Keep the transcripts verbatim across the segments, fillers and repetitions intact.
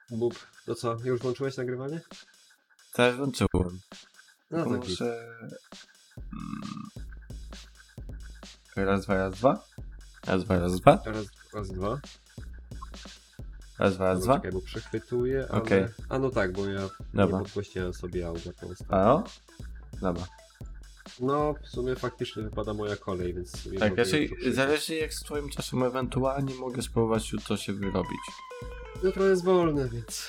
Bób, to co, już włączyłeś nagrywanie? Tak, włączyłem. No to Muszę... Raz, dwa, raz, dwa. Raz, dwa, raz, dwa. Raz, raz, dwa. Raz, dwa, raz, No, dwa. czekaj, bo przechwytuję, ale... Okej. A no tak, bo ja Dobra. nie podgłośniłem sobie audio po prostu. A o? Dobra. No, w sumie faktycznie wypada moja kolej, więc... sobie Tak, mogę raczej jutro przyjść. zależy jak z twoim czasem, ewentualnie mogę spróbować jutro się wyrobić. Jutro jest wolne, więc...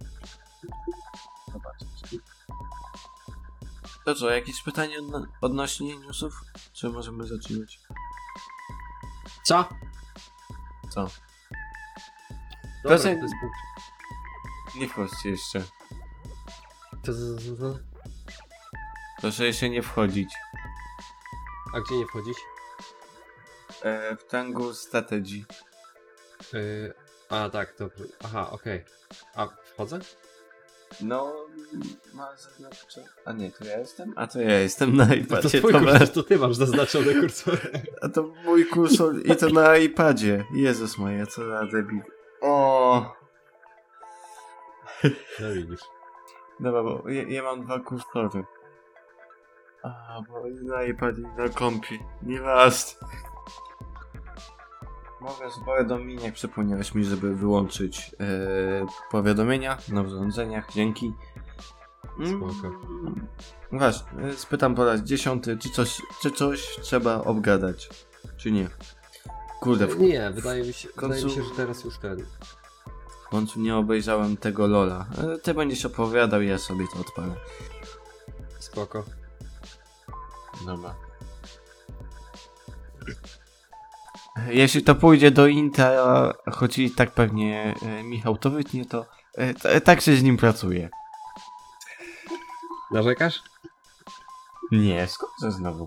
Zobaczyć. To co, jakieś pytanie odno- odnośnie newsów? Czy możemy zaczynać? Co? Co? Dobra, Proszę- to jest punkt. Nie wchodźcie jeszcze. To, to, to, to. Proszę jeszcze nie wchodzić. A gdzie nie wchodzić? E, w tangu strategii. Yy, a tak, dobrze. Aha, okej. A wchodzę? No, ma zaznaczone. A nie, to ja jestem? A to ja jestem na To, iPadzie. twój Dobra. kursor, to ty masz zaznaczony kursor. A to mój kursor i to na iPadzie. Jezus moja, co za debil. O. No widzisz. Dobra, bo ja, ja mam dwa kursory. A, bo na iPadzie i na kompie. Nieważne. Mogę z Dominiek, przypomniałeś mi, żeby wyłączyć e, powiadomienia na urządzeniach. Dzięki. Spoko. Mm, Właśnie, e, spytam po raz dziesiąty, czy coś, czy coś trzeba obgadać, czy nie. Kurde, w, Nie, wydaje mi się, końcu- wydaje mi się, że teraz już ten... w końcu nie obejrzałem tego Lola. E, ty będziesz opowiadał, ja sobie to odpalę. Spoko. Dobra. Jeśli to pójdzie do Inta, choć i tak pewnie e, Michał to wytnie, to e, t- tak się z nim pracuje. Narzekasz? Nie, skąd to znowu?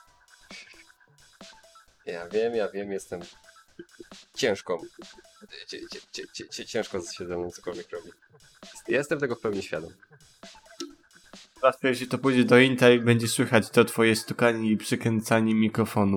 Ja wiem, ja wiem, jestem ciężką. Cie, cie, cie, cie, cie, ciężko się ze mną cokolwiek robi. Jestem tego w pełni świadom. Łatwo, jeśli to pójdzie do Inta i będzie słychać to twoje stukanie i przykręcanie mikrofonu.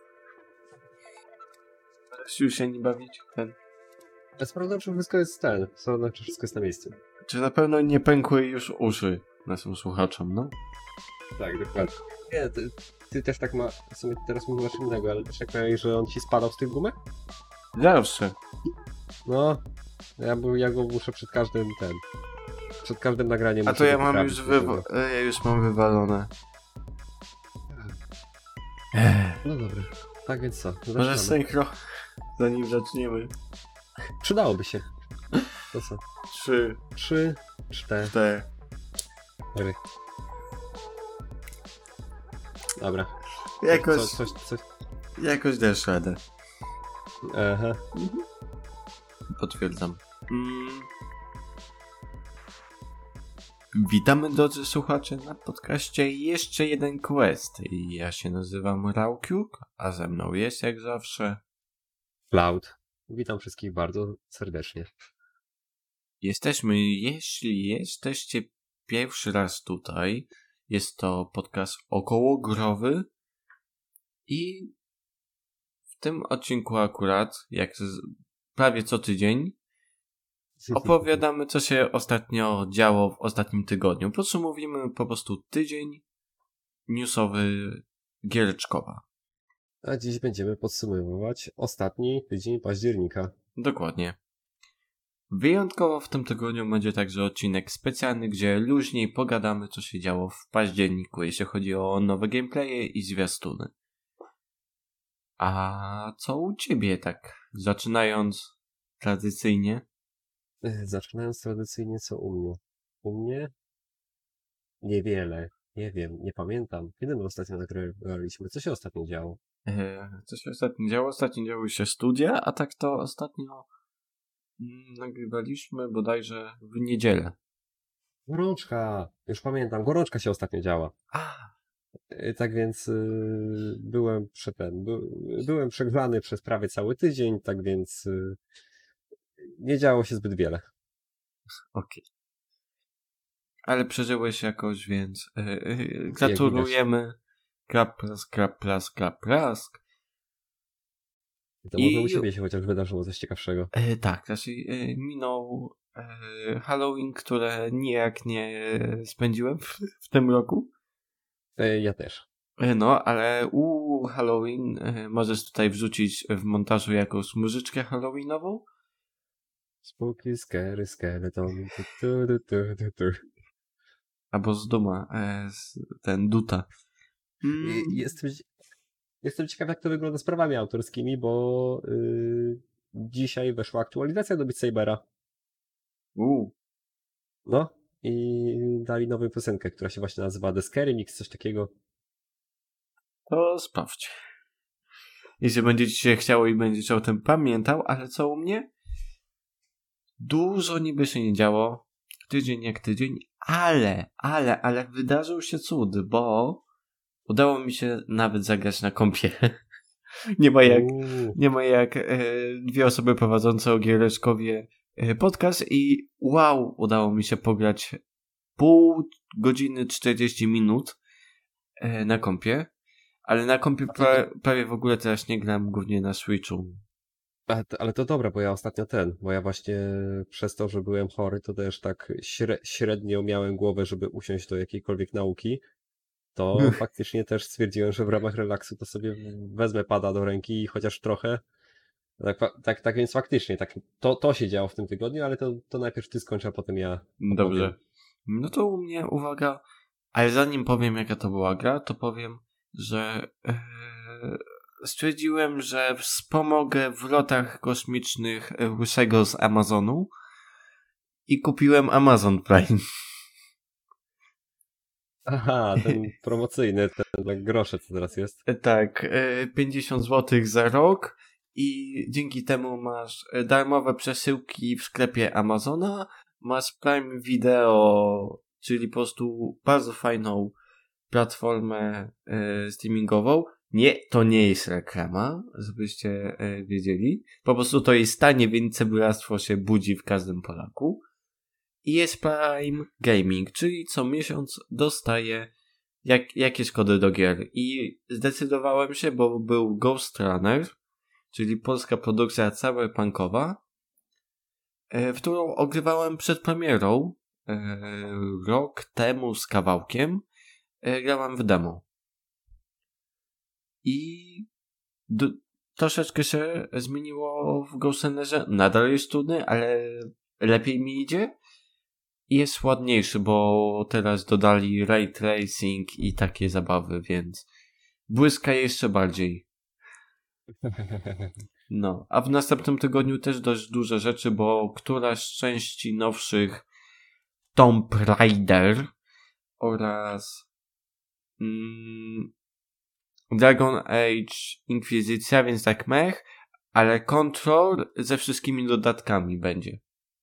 Możesz już się nie bawić? Ten. A sprawdzam, czy wszystko jest ten. Sprawdzam, czy wszystko jest na miejscu. Czy na pewno nie pękły już uszy naszym słuchaczom, no? Tak, dokładnie. Nie, ty, ty też tak ma... W sumie teraz mówisz innego, ale też tak miałeś, że on ci spadał z tych gumek? Zawsze. No, ja, bu- ja go muszę przed każdym ten... Przed każdym nagraniem A muszę to ja go mam poprawić, już muszę wywa- go- ja już mam wywalone. No dobra. Tak więc co? Może Zaczynamy. synchro, zanim zaczniemy. Przydałoby się. To co? Trzy, Trzy, cztery. cztery. Dobra. Jakoś, Co, coś, coś... jakoś dasz radę. Aha. Potwierdzam. Mm. Witamy drodzy słuchacze na podcaście Jeszcze jeden quest. Ja się nazywam Raukiuk, a ze mną jest jak zawsze. Cloud. Witam wszystkich bardzo serdecznie. Jesteśmy, jeśli jesteście pierwszy raz tutaj, jest to podcast okołogrowy i w tym odcinku akurat, jak z, prawie co tydzień, opowiadamy, co się ostatnio działo w ostatnim tygodniu. Podsumowimy po prostu tydzień newsowy giereczkowa. A dziś będziemy podsumowywać ostatni tydzień października. Dokładnie. Wyjątkowo w tym tygodniu będzie także odcinek specjalny, gdzie luźniej pogadamy, co się działo w październiku, jeśli chodzi o nowe gameplaye i zwiastuny. A co u ciebie tak, zaczynając tradycyjnie? Zaczynając tradycyjnie, co u mnie? U mnie? Niewiele. Nie wiem, nie pamiętam. Kiedy my ostatnio nagrywaliśmy? Co się ostatnio działo? Eee, co się ostatnio działo? Ostatnio działy się studia, a tak to ostatnio mm, nagrywaliśmy bodajże w niedzielę. Gorączka! Już pamiętam, gorączka się ostatnio działa. A, Y, Tak więc y, byłem prze ten, by, byłem przegrzany przez prawie cały tydzień, tak więc y, nie działo się zbyt wiele. okej. Ale przeżyłeś jakoś, więc yy, yy, gratulujemy. Krap, prask, krap, prask, krap, prask. To I- może u ciebie się chociaż wydarzyło coś ciekawszego. Yy, tak, znaczy yy, minął e, Halloween, które nijak nie spędziłem w, w tym roku. E, Ja też. E, No, ale u Halloween e, możesz tutaj wrzucić w montażu jakąś muzyczkę halloweenową. Spooky, scary, skeleton. Tu, tu, tu, tu, tu, tu. Albo z Duma, e, z, ten Duta. Mm, I Jestem, jestem ciekaw, jak to wygląda z prawami autorskimi, bo yy, dzisiaj weszła aktualizacja do Beat Sabera. u, No i dali nową piosenkę, która się właśnie nazywa The Scary Mix, coś takiego. to sprawdź. Jeśli będzie ci się chciało i będziesz o tym pamiętał, ale co u mnie? Dużo niby się nie działo. Tydzień jak tydzień, ale, ale, ale wydarzył się cud, bo udało mi się nawet zagrać na kompie. nie ma jak, Uuu. nie ma jak e, dwie osoby prowadzące o Giereczkowie e, podcast i wow, udało mi się pograć pół godziny, czterdzieści minut e, na kompie. Ale na kompie pra, prawie w ogóle teraz nie gram, głównie na Switchu. Ale to, ale to dobra, bo ja ostatnio ten, bo ja właśnie przez to, że byłem chory, to też tak śre, średnio miałem głowę, żeby usiąść do jakiejkolwiek nauki, to faktycznie też stwierdziłem, że w ramach relaksu to sobie wezmę pada do ręki i chociaż trochę. Tak, fa- tak, tak więc faktycznie, tak, to, to się działo w tym tygodniu, ale to, to najpierw ty skończ, a potem ja opowiem. Dobrze. No to u mnie uwaga, ale zanim powiem jaka to była gra, to powiem, że e, stwierdziłem, że wspomogę w lotach kosmicznych Łysego z Amazonu i kupiłem Amazon Prime. Aha, ten promocyjny, ten dla grosze co teraz jest. Tak, e, pięćdziesiąt złotych za rok i dzięki temu masz darmowe przesyłki w sklepie Amazona, masz Prime Video, czyli po prostu bardzo fajną platformę e, streamingową. Nie, to nie jest reklama, żebyście e, wiedzieli. Po prostu to jest tanie, więc cebulastwo się budzi w każdym Polaku. I jest Prime Gaming, czyli co miesiąc dostaję jak, jakieś kody do gier. I zdecydowałem się, bo był Ghost Runner, czyli polska produkcja cyberpunkowa, e, w którą ogrywałem przed premierą e, rok temu z kawałkiem. E, grałem w demo. I d- troszeczkę się zmieniło w Ghost Runnerze. Nadal jest trudny, ale lepiej mi idzie. I jest ładniejszy, bo teraz dodali ray tracing i takie zabawy, więc błyska jeszcze bardziej. No, a w następnym tygodniu też dość duże rzeczy, bo któraś z części nowszych Tomb Raider oraz mm, Dragon Age Inkwizycja, więc tak mech, ale Control ze wszystkimi dodatkami będzie.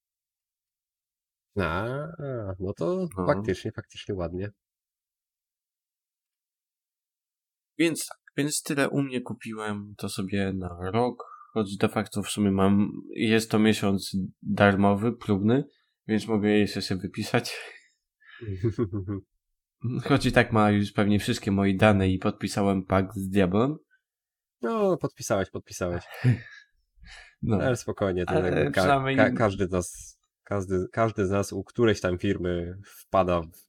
A, no to No. faktycznie, faktycznie ładnie. Więc tak, więc tyle u mnie kupiłem to sobie na rok, choć de facto w sumie mam, jest to miesiąc darmowy, próbny, więc mogę jeszcze się wypisać. Choć i tak ma już pewnie wszystkie moje dane i podpisałem pakt z diabłem. No, podpisałeś, podpisałeś. No, Ale spokojnie, to ale jakby ka- przynajmniej- ka- każdy z nas, każdy, każdy z nas u którejś tam firmy wpada w...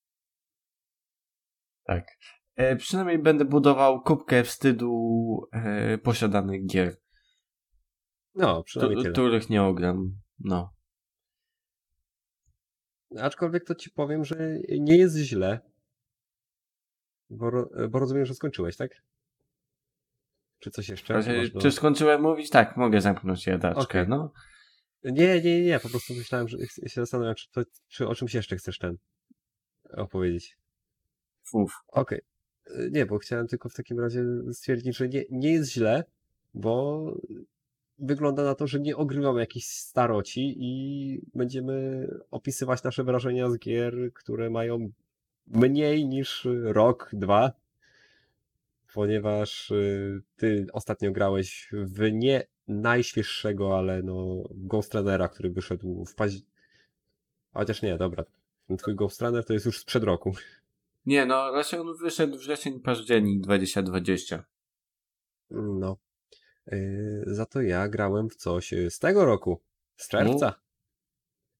tak. E, przynajmniej będę budował kubkę wstydu e, posiadanych gier, No, przynajmniej tu, tyle. których nie ogram. No. Aczkolwiek to ci powiem, że nie jest źle. Bo, ro- bo rozumiem, że skończyłeś, tak? Czy coś jeszcze? Znaczy, Masz do- Czy skończyłem mówić? Tak, mogę zamknąć jadaczkę, Okej. no. Nie, nie, nie, po prostu myślałem, że ch- się zastanawiam, czy, to, czy o czymś jeszcze chcesz ten opowiedzieć. Fuf. Okej. Y, Nie, bo chciałem tylko w takim razie stwierdzić, że nie, nie jest źle, bo wygląda na to, że nie ogrywamy jakichś staroci i będziemy opisywać nasze wrażenia z gier, które mają mniej niż rok, dwa, ponieważ y, ty ostatnio grałeś w nie najświeższego, ale no Ghost Runnera, który wyszedł w październiku. Chociaż nie, dobra. Ten twój Ghost Runner to jest już sprzed roku. Nie, no, raczej on wyszedł wrzesień, październik dwa tysiące dwudziesty. No. Yy, za to ja grałem w coś z tego roku. Z czerwca.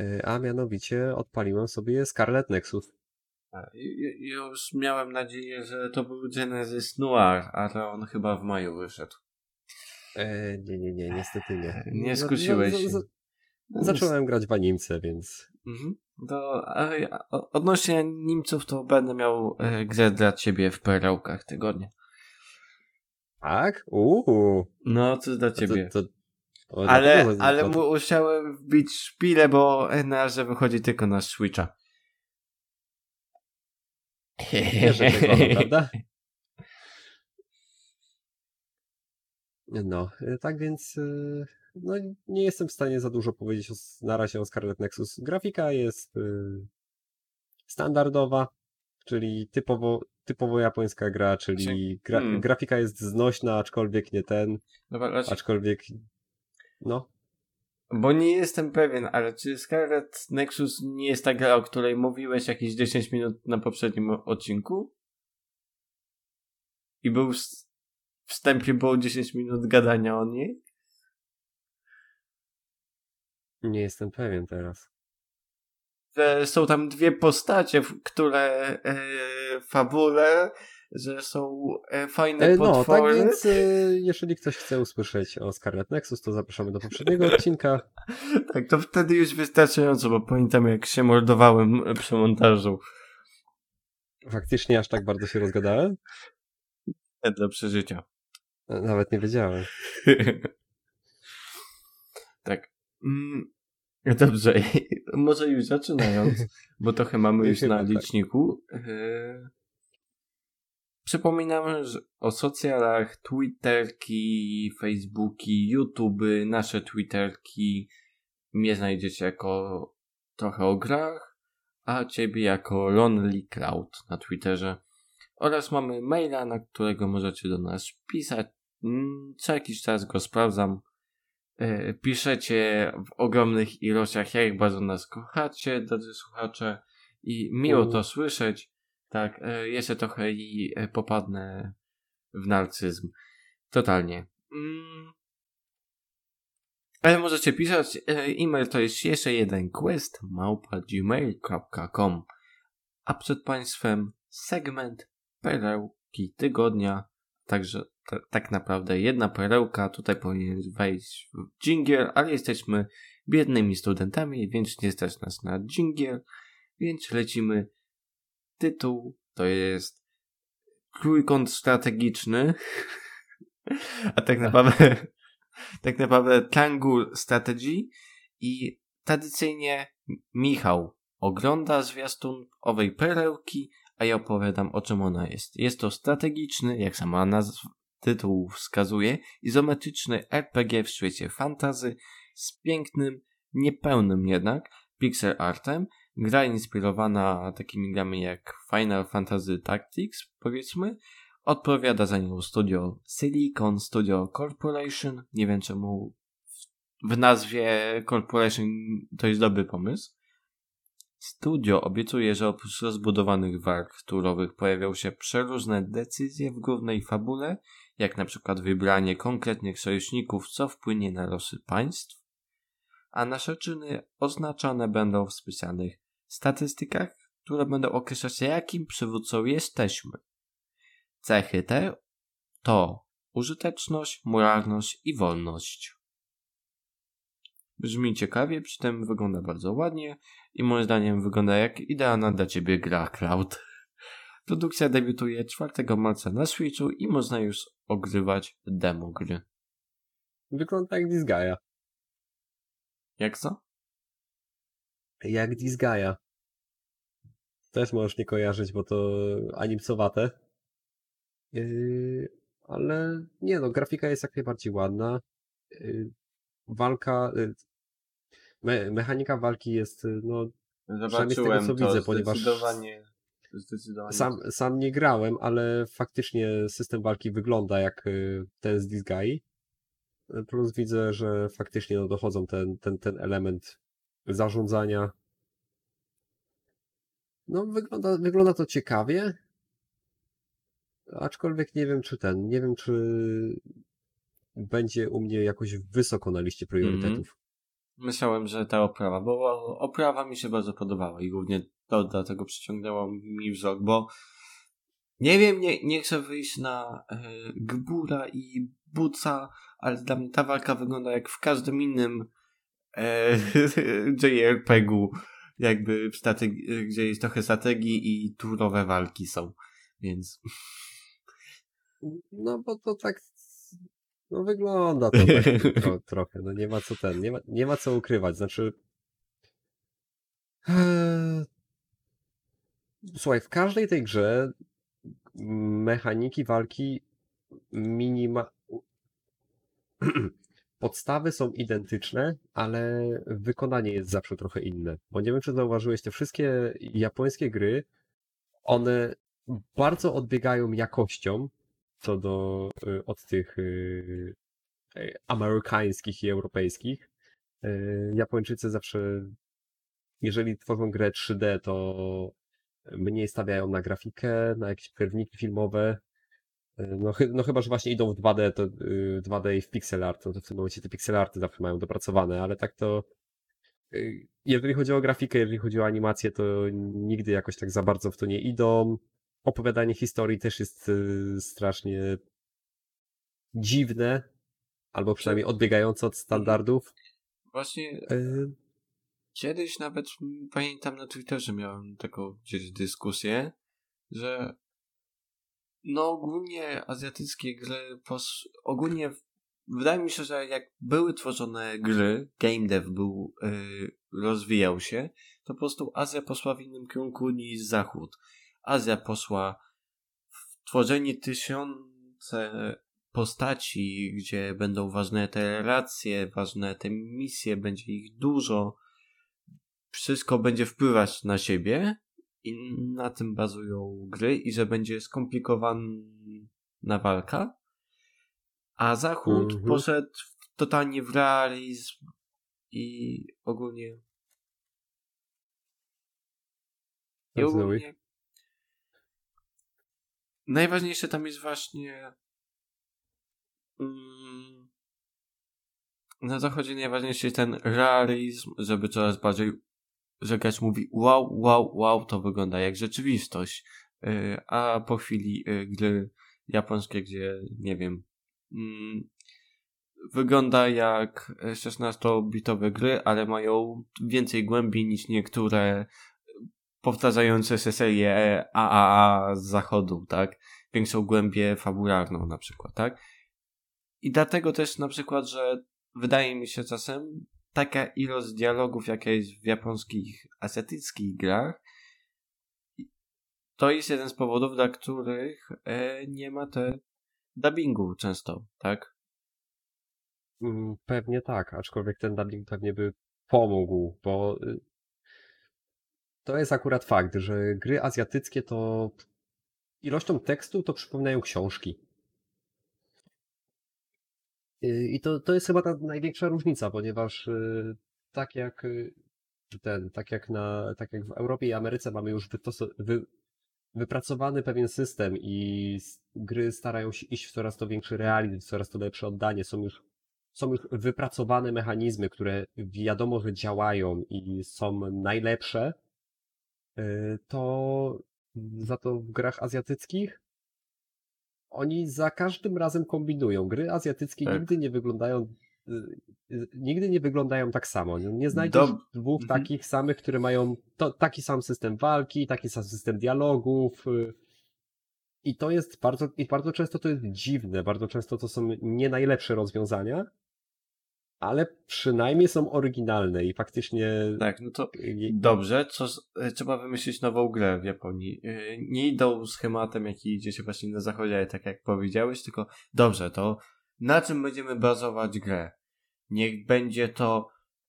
E, A mianowicie odpaliłem sobie Scarlet Nexus. A, ju- Już miałem nadzieję, że to był Genesis Noir, ale on chyba w maju wyszedł. E, nie, nie, nie, niestety nie. Nie Za, za, skusiłeś za, się. za, No, zacząłem grać w animce, więc... Mhm. To, a, ja- o- odnośnie Niemców to będę miał e, grę dla ciebie w perełkach tygodnia. Tak? Uuu. No, to dla To, ciebie. to, to, ale dlatego, ale to, to, musiałem wbić szpilę, bo na że wychodzi tylko na Switcha. wiesz, że tego, prawda? No, y, tak więc y, no, nie jestem w stanie za dużo powiedzieć o, s- na razie o Scarlet Nexus. Grafika jest y, standardowa, czyli typowo, typowo japońska gra, czyli gra, Hmm. grafika jest znośna, aczkolwiek nie ten, Dobra, Lacik, aczkolwiek no. bo nie jestem pewien, ale czy Scarlet Nexus nie jest ta gra, o której mówiłeś jakieś dziesięć minut na poprzednim odcinku? I był w wstępie było dziesięć minut gadania o niej? Nie jestem pewien teraz. Że są tam dwie postacie, w- które e, fabule, że są e, fajne E, no, tak potwory. więc y, jeżeli ktoś chce usłyszeć o Scarlet Nexus, to zapraszamy do poprzedniego odcinka. Tak, to wtedy już wystarczająco, bo pamiętam jak się mordowałem e, przy montażu. Faktycznie aż tak bardzo się rozgadałem? E, Dla przeżycia. E, Nawet nie wiedziałem. Tak. Mm, dobrze, może już zaczynając, bo trochę mamy już Chyba na tak. liczniku. E, Przypominam że o socjalach, Twitterki, Facebooki, YouTube, nasze Twitterki. Mnie znajdziecie jako trochę o grach, a ciebie jako Lonely Cloud na Twitterze. Oraz mamy maila, na którego możecie do nas pisać. Mm, Co jakiś czas go sprawdzam. E, Piszecie w ogromnych ilościach, jak bardzo nas kochacie, drodzy słuchacze. I miło to słyszeć. Tak, e, jeszcze trochę i e, popadnę w narcyzm. Totalnie. Mm. Ale możecie pisać. e, E-mail to jest jeszcze jeden quest małpa gmail kropka com. A przed Państwem segment perełki tygodnia. Także t- tak naprawdę jedna perełka. Tutaj powinien wejść w dżingiel, ale jesteśmy biednymi studentami, więc nie stać nas na dżingiel. Więc lecimy. Tytuł to jest trójkąt strategiczny. A tak naprawdę tak naprawdę Triangle Strategy i tradycyjnie Michał ogląda zwiastun owej perełki, a ja opowiadam o czym ona jest. Jest to strategiczny, jak sama nazwa tytuł wskazuje, izometryczny R P G w świecie fantasy z pięknym, niepełnym jednak pixel artem. Gra inspirowana takimi grami jak Final Fantasy Tactics, powiedzmy. Odpowiada za nią studio Silicon Studio Corporation. Nie wiem czemu w nazwie Corporation to jest dobry pomysł. Studio obiecuje, że oprócz rozbudowanych walk turowych pojawią się przeróżne decyzje w głównej fabule, jak na przykład wybranie konkretnych sojuszników, co wpłynie na losy państw, a nasze czyny oznaczane będą w specjalnych statystykach, które będą określać, jakim przywódcą jesteśmy. Cechy te to użyteczność, moralność i wolność. Brzmi ciekawie, przy tym wygląda bardzo ładnie i moim zdaniem wygląda jak idealna dla ciebie gra Cloud. Produkcja debiutuje czwartego marca na Switchu i można już ogrywać demo gry. Wygląda jak Disgaea. Jak co? Jak Disgaea. Też możesz nie kojarzyć, bo to animcowate. Yy, ale nie no, grafika jest jak najbardziej ładna. Yy, walka, yy, me, mechanika walki jest, yy, no, przynajmniej z tego co to widzę, ponieważ zdecydowanie, zdecydowanie. sam, sam nie grałem, ale faktycznie system walki wygląda jak yy, ten z Disgaea. Plus widzę, że faktycznie no, dochodzą ten, ten, ten element zarządzania. No wygląda, wygląda to ciekawie. Aczkolwiek nie wiem, czy ten, nie wiem, czy będzie u mnie jakoś wysoko na liście priorytetów. Myślałem, że ta oprawa, bo oprawa mi się bardzo podobała i głównie to dlatego przyciągnęło mi wzrok, bo nie wiem, nie, nie chcę wyjść na e, Gbura i Buca, ale dla mnie ta walka wygląda jak w każdym innym e, J R P G-u, jakby w strategi- gdzie jest trochę strategii i turowe walki są, więc... No bo to tak, no wygląda to tak tro, trochę, no nie ma co ten, nie ma, nie ma co ukrywać, znaczy ee, słuchaj, w każdej tej grze mechaniki walki minima... podstawy są identyczne, ale wykonanie jest zawsze trochę inne, bo nie wiem, czy zauważyłeś, te wszystkie japońskie gry, one bardzo odbiegają jakością co do y, od tych y, y, amerykańskich i europejskich. Y, Japończycy zawsze, jeżeli tworzą grę trzy D, to mniej stawiają na grafikę, na jakieś pewniki filmowe. Y, No, chy- no chyba, że właśnie idą w dwa D, to y, dwa D i w pixel art, no to w tym momencie te pixel arty zawsze mają dopracowane, ale tak to y, jeżeli chodzi o grafikę, jeżeli chodzi o animację, to nigdy jakoś tak za bardzo w to nie idą. Opowiadanie historii też jest y, strasznie dziwne, albo przynajmniej odbiegające od standardów. Właśnie Y, kiedyś nawet mm, pamiętam na Twitterze miałem taką gdzieś dyskusję, że no ogólnie azjatyckie gry, pos... ogólnie w- wydaje mi się, że jak były tworzone gry, game dev był, yy, rozwijał się, to po prostu Azja poszła w innym kierunku niż Zachód. Azja poszła w tworzenie tysiące postaci, gdzie będą ważne te relacje, ważne te misje, będzie ich dużo, wszystko będzie wpływać na siebie i na tym bazują gry i że będzie skomplikowana walka, a Zachód mhm, poszedł w- totalnie w realizm i ogólnie i tak znowu. ogólnie najważniejsze tam jest właśnie mm, na Zachodzie najważniejszy jest ten realizm, żeby coraz bardziej, że gracz mówi wow, wow, wow, to wygląda jak rzeczywistość. Yy, a po chwili yy, gry japońskie, gdzie nie wiem, mm, wygląda jak szesnastobitowe gry, ale mają więcej głębi niż niektóre powtarzające się serie A A A z zachodu, tak? Większą głębię fabularną na przykład, tak? I dlatego też na przykład, że wydaje mi się czasem taka ilość dialogów, jaka jest w japońskich, azjatyckich grach, to jest jeden z powodów, dla których e, nie ma te dubbingu często, tak? Mm, Pewnie tak, aczkolwiek ten dubbing pewnie by pomógł, bo y, to jest akurat fakt, że gry azjatyckie to ilością tekstu to przypominają książki. Y, I to, to jest chyba ta największa różnica, ponieważ y, tak jak y, ten, tak jak na, tak jak w Europie i Ameryce mamy już wytos- wy, wypracowany pewien system i s- gry starają się iść w coraz to większy realizm, w coraz to lepsze oddanie, są już, są już wypracowane mechanizmy, które wiadomo, że działają i są najlepsze, y, to za to w grach azjatyckich oni za każdym razem kombinują. Gry azjatyckie nigdy Tak. nie wyglądają y, y, nigdy nie wyglądają tak samo. Nie nie znajdziesz Dob... dwóch Mhm. takich samych, które mają to, taki sam system walki, taki sam system dialogów. y, I to jest bardzo, i bardzo często to jest dziwne, bardzo często to są nie najlepsze rozwiązania, ale przynajmniej są oryginalne i faktycznie Tak, no to y, dobrze, co z... e, trzeba wymyślić nową grę w Japonii. E, Nie idą schematem, jaki idzie się właśnie na zachodzie, tak jak powiedziałeś, tylko dobrze, to na czym będziemy bazować grę? Niech będzie to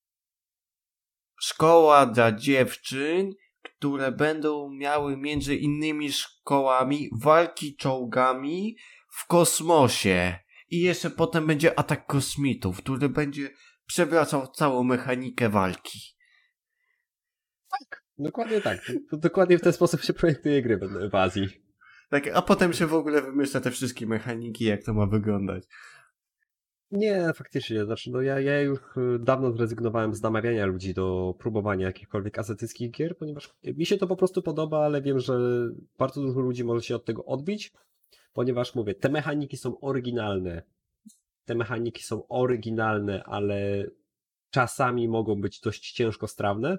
szkoła dla dziewczyn, które będą miały między innymi szkołami walki czołgami w kosmosie. I jeszcze potem będzie atak kosmitów, który będzie przewracał całą mechanikę walki. dokładnie tak. To dokładnie w ten sposób się projektuje gry w w Azji. Tak, a potem się w ogóle wymyśla te wszystkie mechaniki, jak to ma wyglądać. Nie, faktycznie, znaczy no ja, ja już y, dawno zrezygnowałem z namawiania ludzi do próbowania jakichkolwiek azjatyckich gier, ponieważ mi się to po prostu podoba, ale wiem, że bardzo dużo ludzi może się od tego odbić, ponieważ mówię, te mechaniki są oryginalne. Te mechaniki są oryginalne, ale czasami mogą być dość ciężko strawne.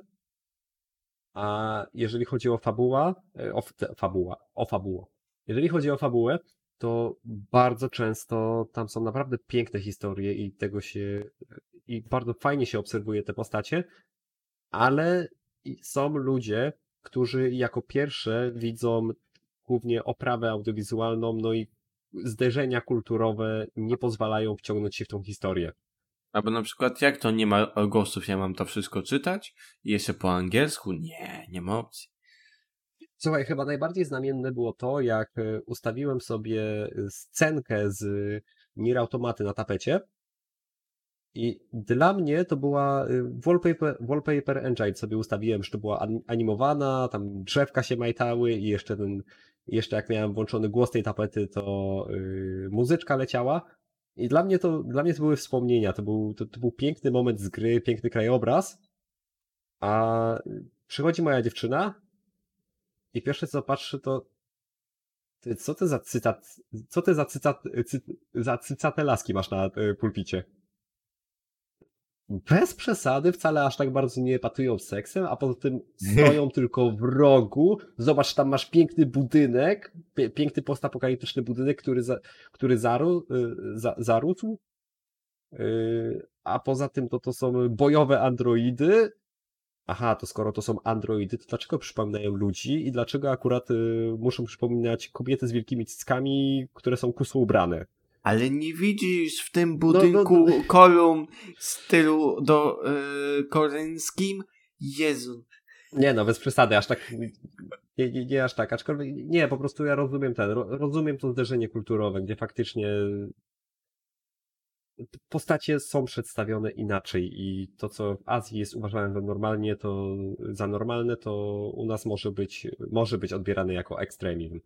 A jeżeli chodzi o fabuła, e, o te- fabuła, o fabułę. Jeżeli chodzi o fabułę, to bardzo często tam są naprawdę piękne historie i tego się i bardzo fajnie się obserwuje te postacie, ale i są ludzie, którzy jako pierwsze widzą głównie oprawę audiowizualną, no i zderzenia kulturowe nie pozwalają wciągnąć się w tą historię. Albo na przykład, jak to nie ma głosów, ja mam to wszystko czytać? I jeszcze po angielsku? Nie, nie ma opcji. Słuchaj, chyba najbardziej znamienne było to, jak e, ustawiłem sobie scenkę z Nier Automaty na tapecie i dla mnie to była e, wallpaper, wallpaper engine sobie ustawiłem, że to była an- animowana, tam drzewka się majtały i jeszcze ten, jeszcze jak miałem włączony głos tej tapety, to yy, muzyczka leciała i dla mnie to, dla mnie to były wspomnienia, to był, to, to był piękny moment z gry, piękny krajobraz, a przychodzi moja dziewczyna i pierwsze co patrzy to ty, co ty za cytat, co ty za cytat, cy, za cycate laski masz na y, pulpicie? Bez przesady, wcale aż tak bardzo nie patują seksem, a poza tym stoją tylko w rogu. Zobacz, tam masz piękny budynek, pie, piękny postapokaliptyczny budynek, który, za, który zaru, y, za, zarósł. Y, a poza tym to, to są bojowe androidy. Aha, to skoro to są androidy, to dlaczego przypominają ludzi i dlaczego akurat y, muszą przypominać kobiety z wielkimi cyckami, które są kusło ubrane? Ale nie widzisz w tym No, no, budynku no. kolumn w stylu do yy, koreańskim? Jezu. Nie no, bez przesady, aż tak, nie, nie, nie aż tak, aczkolwiek, nie, po prostu ja rozumiem ten, ro, rozumiem to zderzenie kulturowe, gdzie faktycznie postacie są przedstawione inaczej i to, co w Azji jest uważane za normalnie, to za normalne, to u nas może być, może być odbierane jako ekstremizm.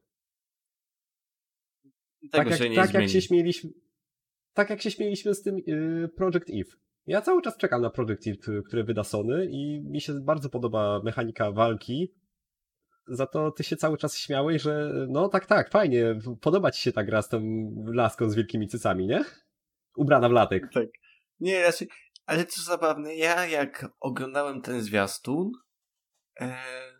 Tego Tak jak, się nie tak zmieni. jak się śmieliśmy, tak jak się śmieliśmy z tym y, Project Eve. Ja cały czas czekam na Project Eve, y, które wyda Sony i mi się bardzo podoba mechanika walki. Za to ty się cały czas śmiałeś, że no tak, tak, fajnie, podoba ci się ta gra z tą laską z wielkimi cycami, nie? Ubrana w latek. Tak. Nie, raczej. Ale co zabawne, ja jak oglądałem ten zwiastun, e...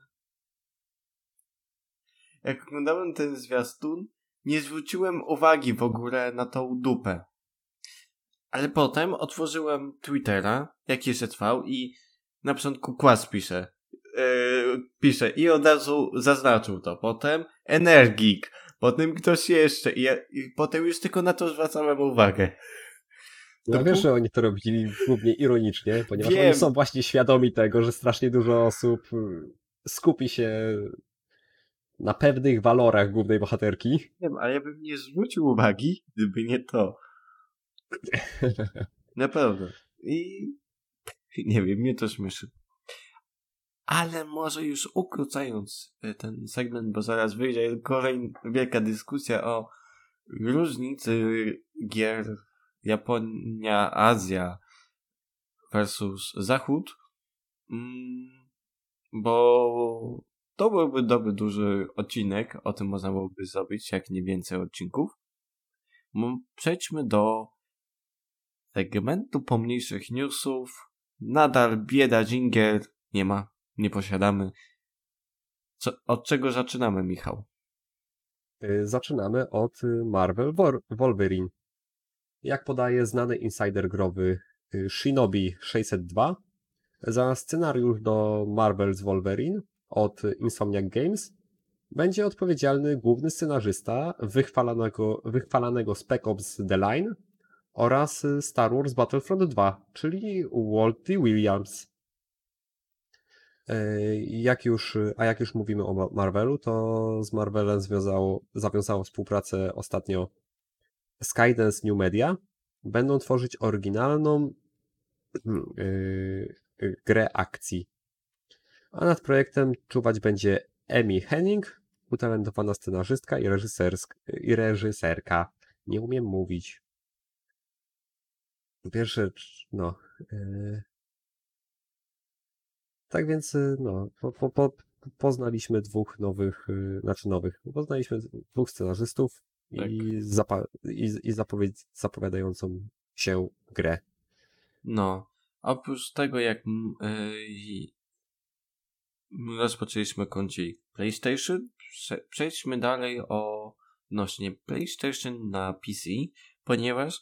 jak oglądałem ten zwiastun, nie zwróciłem uwagi w ogóle na tą dupę. Ale potem otworzyłem Twittera, jak jeszcze trwał, i na początku Kłas pisze. Yy, pisze i od razu zaznaczył to. Potem Energik. Potem ktoś jeszcze. I, ja, i potem już tylko na to zwracałem uwagę. Ja wiesz, że oni to robili głównie ironicznie, ponieważ Wiem. oni są właśnie świadomi tego, że strasznie dużo osób y, skupi się na pewnych walorach głównej bohaterki. Wiem, ale ja bym nie zwrócił uwagi, gdyby nie to. Naprawdę. I nie wiem, mnie to śmieszy. Ale może już ukrócając ten segment, bo zaraz wyjdzie kolejna wielka dyskusja o różnicy gier Japonia, Azja versus Zachód, bo to byłby dobry, duży odcinek, o tym można byłoby zrobić, jak nie więcej odcinków. Przejdźmy do segmentu pomniejszych newsów. Nadal bieda dżingiel nie ma, nie posiadamy. Co, od czego zaczynamy, Michał? Zaczynamy od Marvel Wolverine. Jak podaje znany insider growy Shinobi sześćset dwa, za scenariusz do Marvel's Wolverine od Insomniac Games będzie odpowiedzialny główny scenarzysta wychwalanego, wychwalanego Spec Ops The Line oraz Star Wars Battlefront dwa, czyli Walt D. Williams. Jak już, a jak już mówimy o Marvelu, to z Marvelem związało, zawiązało współpracę ostatnio Skydance New Media. Będą tworzyć oryginalną yy, grę akcji. A nad projektem czuwać będzie Amy Hennig, utalentowana scenarzystka i, reżysersk- i reżyserka. Nie umiem mówić. Po pierwsze, no... Yy... Tak więc, yy, no, po, po, po, poznaliśmy dwóch nowych, yy, znaczy nowych, poznaliśmy dwóch scenarzystów Tak. i, zapa- i, i zapowiedz- zapowiadającą się grę. No, oprócz tego jak yy, rozpoczęliśmy kącik PlayStation, prze- przejdźmy dalej o odnośnie PlayStation na P C, ponieważ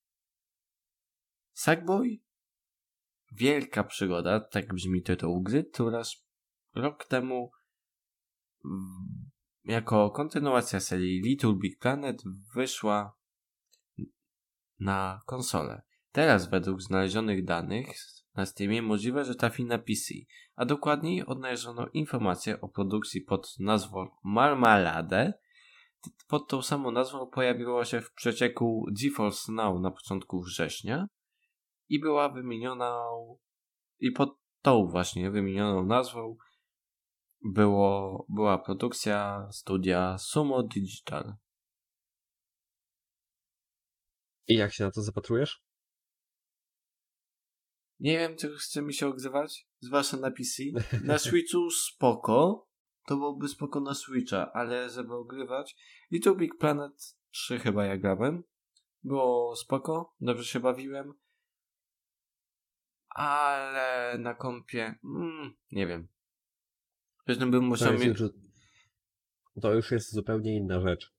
Sackboy Wielka Przygoda, tak brzmi tytuł gry, która rok temu w- jako kontynuacja serii Little Big Planet wyszła na konsolę. Teraz według znalezionych danych na Steamie możliwe, że trafi na P C, a dokładniej odnaleziono informację o produkcji pod nazwą Marmalade. Pod tą samą nazwą pojawiła się w przecieku GeForce Now na początku września i była wymieniona i pod tą właśnie wymienioną nazwą było, była produkcja studia Sumo Digital. I jak się na to zapatrujesz? Nie wiem, czy chce mi się ogrywać, zwłaszcza na P C. Na Switchu spoko, to byłoby spoko na Switcha, ale żeby ogrywać, Little Big Planet trzy chyba ja grałem. Było spoko, dobrze się bawiłem, ale na kompie, mm, nie wiem. Zresztą bym musiał To jest mieć... już, to już jest zupełnie inna rzecz.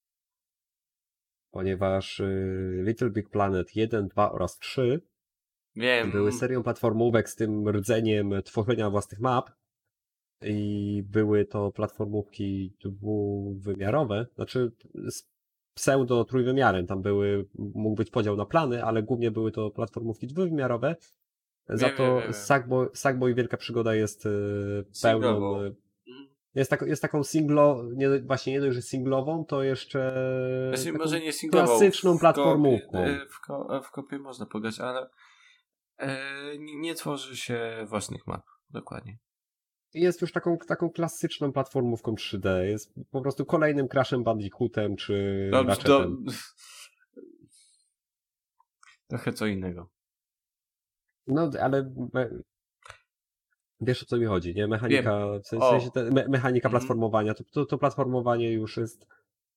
Ponieważ y, Little Big Planet jeden, dwa oraz trzy Wiem. były serią platformówek z tym rdzeniem tworzenia własnych map i były to platformówki dwuwymiarowe, znaczy z pseudo trójwymiarem. Tam były, mógł być podział na plany, ale głównie były to platformówki dwuwymiarowe. Za Wiem, to wiem, wiem. Sackboy, Sackboy Wielka Przygoda jest y, pełną... Singlową. y, Jest, tak, jest taką singlo, nie, właśnie nie dość, że singlową, to jeszcze Znaczy, taką może nie singlową. klasyczną w platformówką. Kopie, e, w, ko, w kopie można pograć, ale e, nie, nie tworzy się własnych map. Dokładnie. Jest już taką, taką klasyczną platformówką trzy D. Jest po prostu kolejnym Crashem Bandicootem czy Dobrze, Ratchetem. do... Trochę co innego. No, ale me... wiesz, o co mi chodzi, nie? Mechanika, Wiem. w sensie O. te, me, mechanika Mhm. platformowania, to, to, to platformowanie już jest...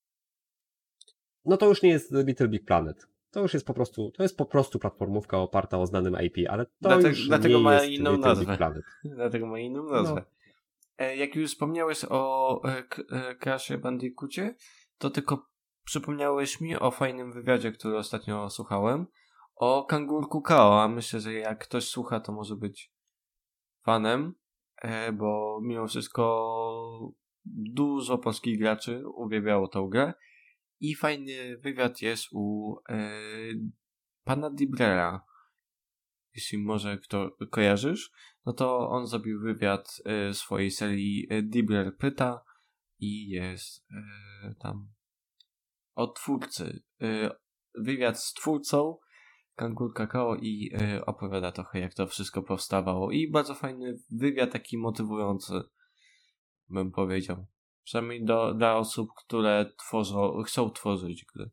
No to już nie jest Little Big Planet. To już jest po prostu, to jest po prostu platformówka oparta o znanym I P, ale to Dlatego, już dlatego nie ma jest inną Little nazwę. Big Planet. Dlatego ma inną nazwę. No. E, jak już wspomniałeś o e, K- e, Crashie Bandicoocie, to tylko przypomniałeś mi o fajnym wywiadzie, który ostatnio słuchałem, o Kangurku Kao, a myślę, że jak ktoś słucha, to może być fanem, e, bo mimo wszystko dużo polskich graczy uwielbiało tę grę i fajny wywiad jest u e, pana Dibrera. Jeśli może kto kojarzysz, no to on zrobił wywiad y, swojej serii y, Dibler Pyta i jest y, tam od twórcy. Y, wywiad z twórcą Kangur Kakao i y, opowiada trochę jak to wszystko powstawało. I bardzo fajny wywiad, taki motywujący, bym powiedział. Przynajmniej do, dla osób, które tworzą, chcą tworzyć gry.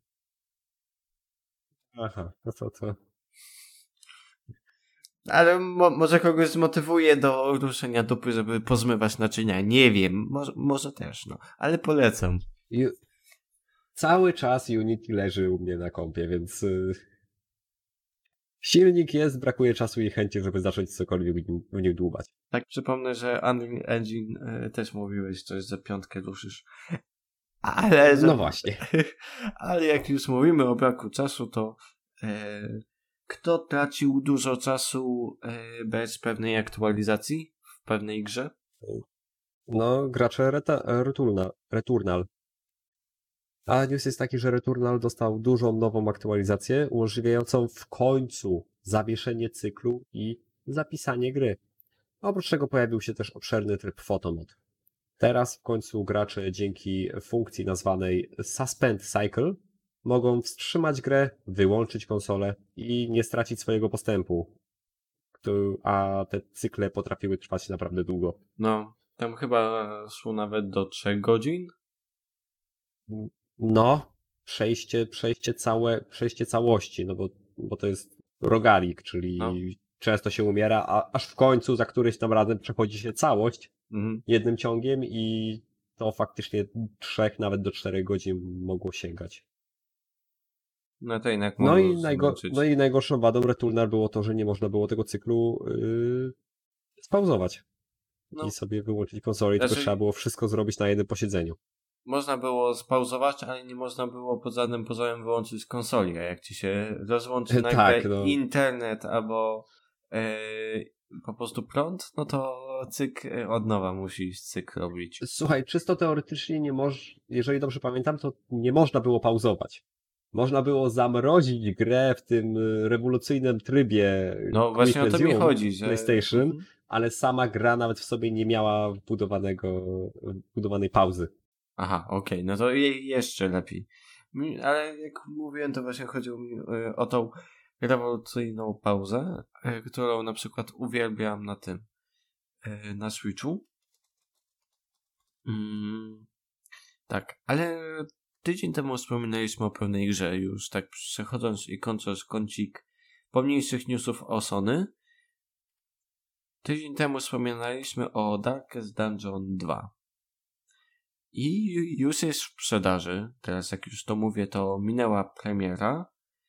Aha, no to to. Ale mo- może kogoś zmotywuje do ruszenia dupy, żeby pozmywać naczynia. Nie wiem, może, może też, no. Ale polecam. I cały czas Unity leży u mnie na kompie, więc y, silnik jest, brakuje czasu i chęci, żeby zacząć cokolwiek w nim, w nim dłubać. Tak przypomnę, że Unreal Engine y, też mówiłeś coś, że piątkę ruszysz. Ale, że, No właśnie. ale jak już mówimy o braku czasu, to e, kto tracił dużo czasu e, bez pewnej aktualizacji w pewnej grze? No, gracze Reta, Returnal, Returnal. A news jest taki, że Returnal dostał dużą nową aktualizację, umożliwiającą w końcu zawieszenie cyklu i zapisanie gry. Oprócz tego pojawił się też obszerny tryb Photomod. Teraz w końcu gracze dzięki funkcji nazwanej Suspend Cycle mogą wstrzymać grę, wyłączyć konsolę i nie stracić swojego postępu. A te cykle potrafiły trwać naprawdę długo. No, tam chyba szło nawet do trzech godzin. No, przejście, przejście całe, przejście całości, no bo, bo to jest rogalik, czyli No. często się umiera, a aż w końcu za któryś tam razem przechodzi się całość Mhm. jednym ciągiem i to faktycznie trzech, nawet do czterech godzin mogło sięgać. No to jednak No mogło i, najgo- zmęczyć. no i najgorszą wadą Returnal było to, że nie można było tego cyklu yy, spauzować No. i sobie wyłączyć konsolę, Znaczy- tylko trzeba było wszystko zrobić na jednym posiedzeniu. Można było spauzować, ale nie można było pod żadnym pozorem wyłączyć konsoli, a jak ci się rozłączy nagle Tak, no. internet albo e, po prostu prąd, no to cyk e, od nowa musisz cyk robić. Słuchaj, czysto teoretycznie nie moż, jeżeli dobrze pamiętam, to nie można było pauzować. Można było zamrozić grę w tym y, rewolucyjnym trybie No właśnie o to mi Quick chodzi, że... PlayStation, Mhm. ale sama gra nawet w sobie nie miała wbudowanego, wbudowanej pauzy. Aha, okej, no to je, jeszcze lepiej. Mi- Ale jak mówiłem, to właśnie chodziło mi y, o tą rewolucyjną pauzę, y, którą na przykład uwielbiam na tym, y, na Switchu. Mm, tak, ale tydzień temu wspominaliśmy o pewnej grze już, tak przechodząc i kończąc kącik pomniejszych newsów o Sony. Tydzień temu wspominaliśmy o Darkest Dungeon dwa. I już jest w sprzedaży. Teraz jak już to mówię, to minęła premiera.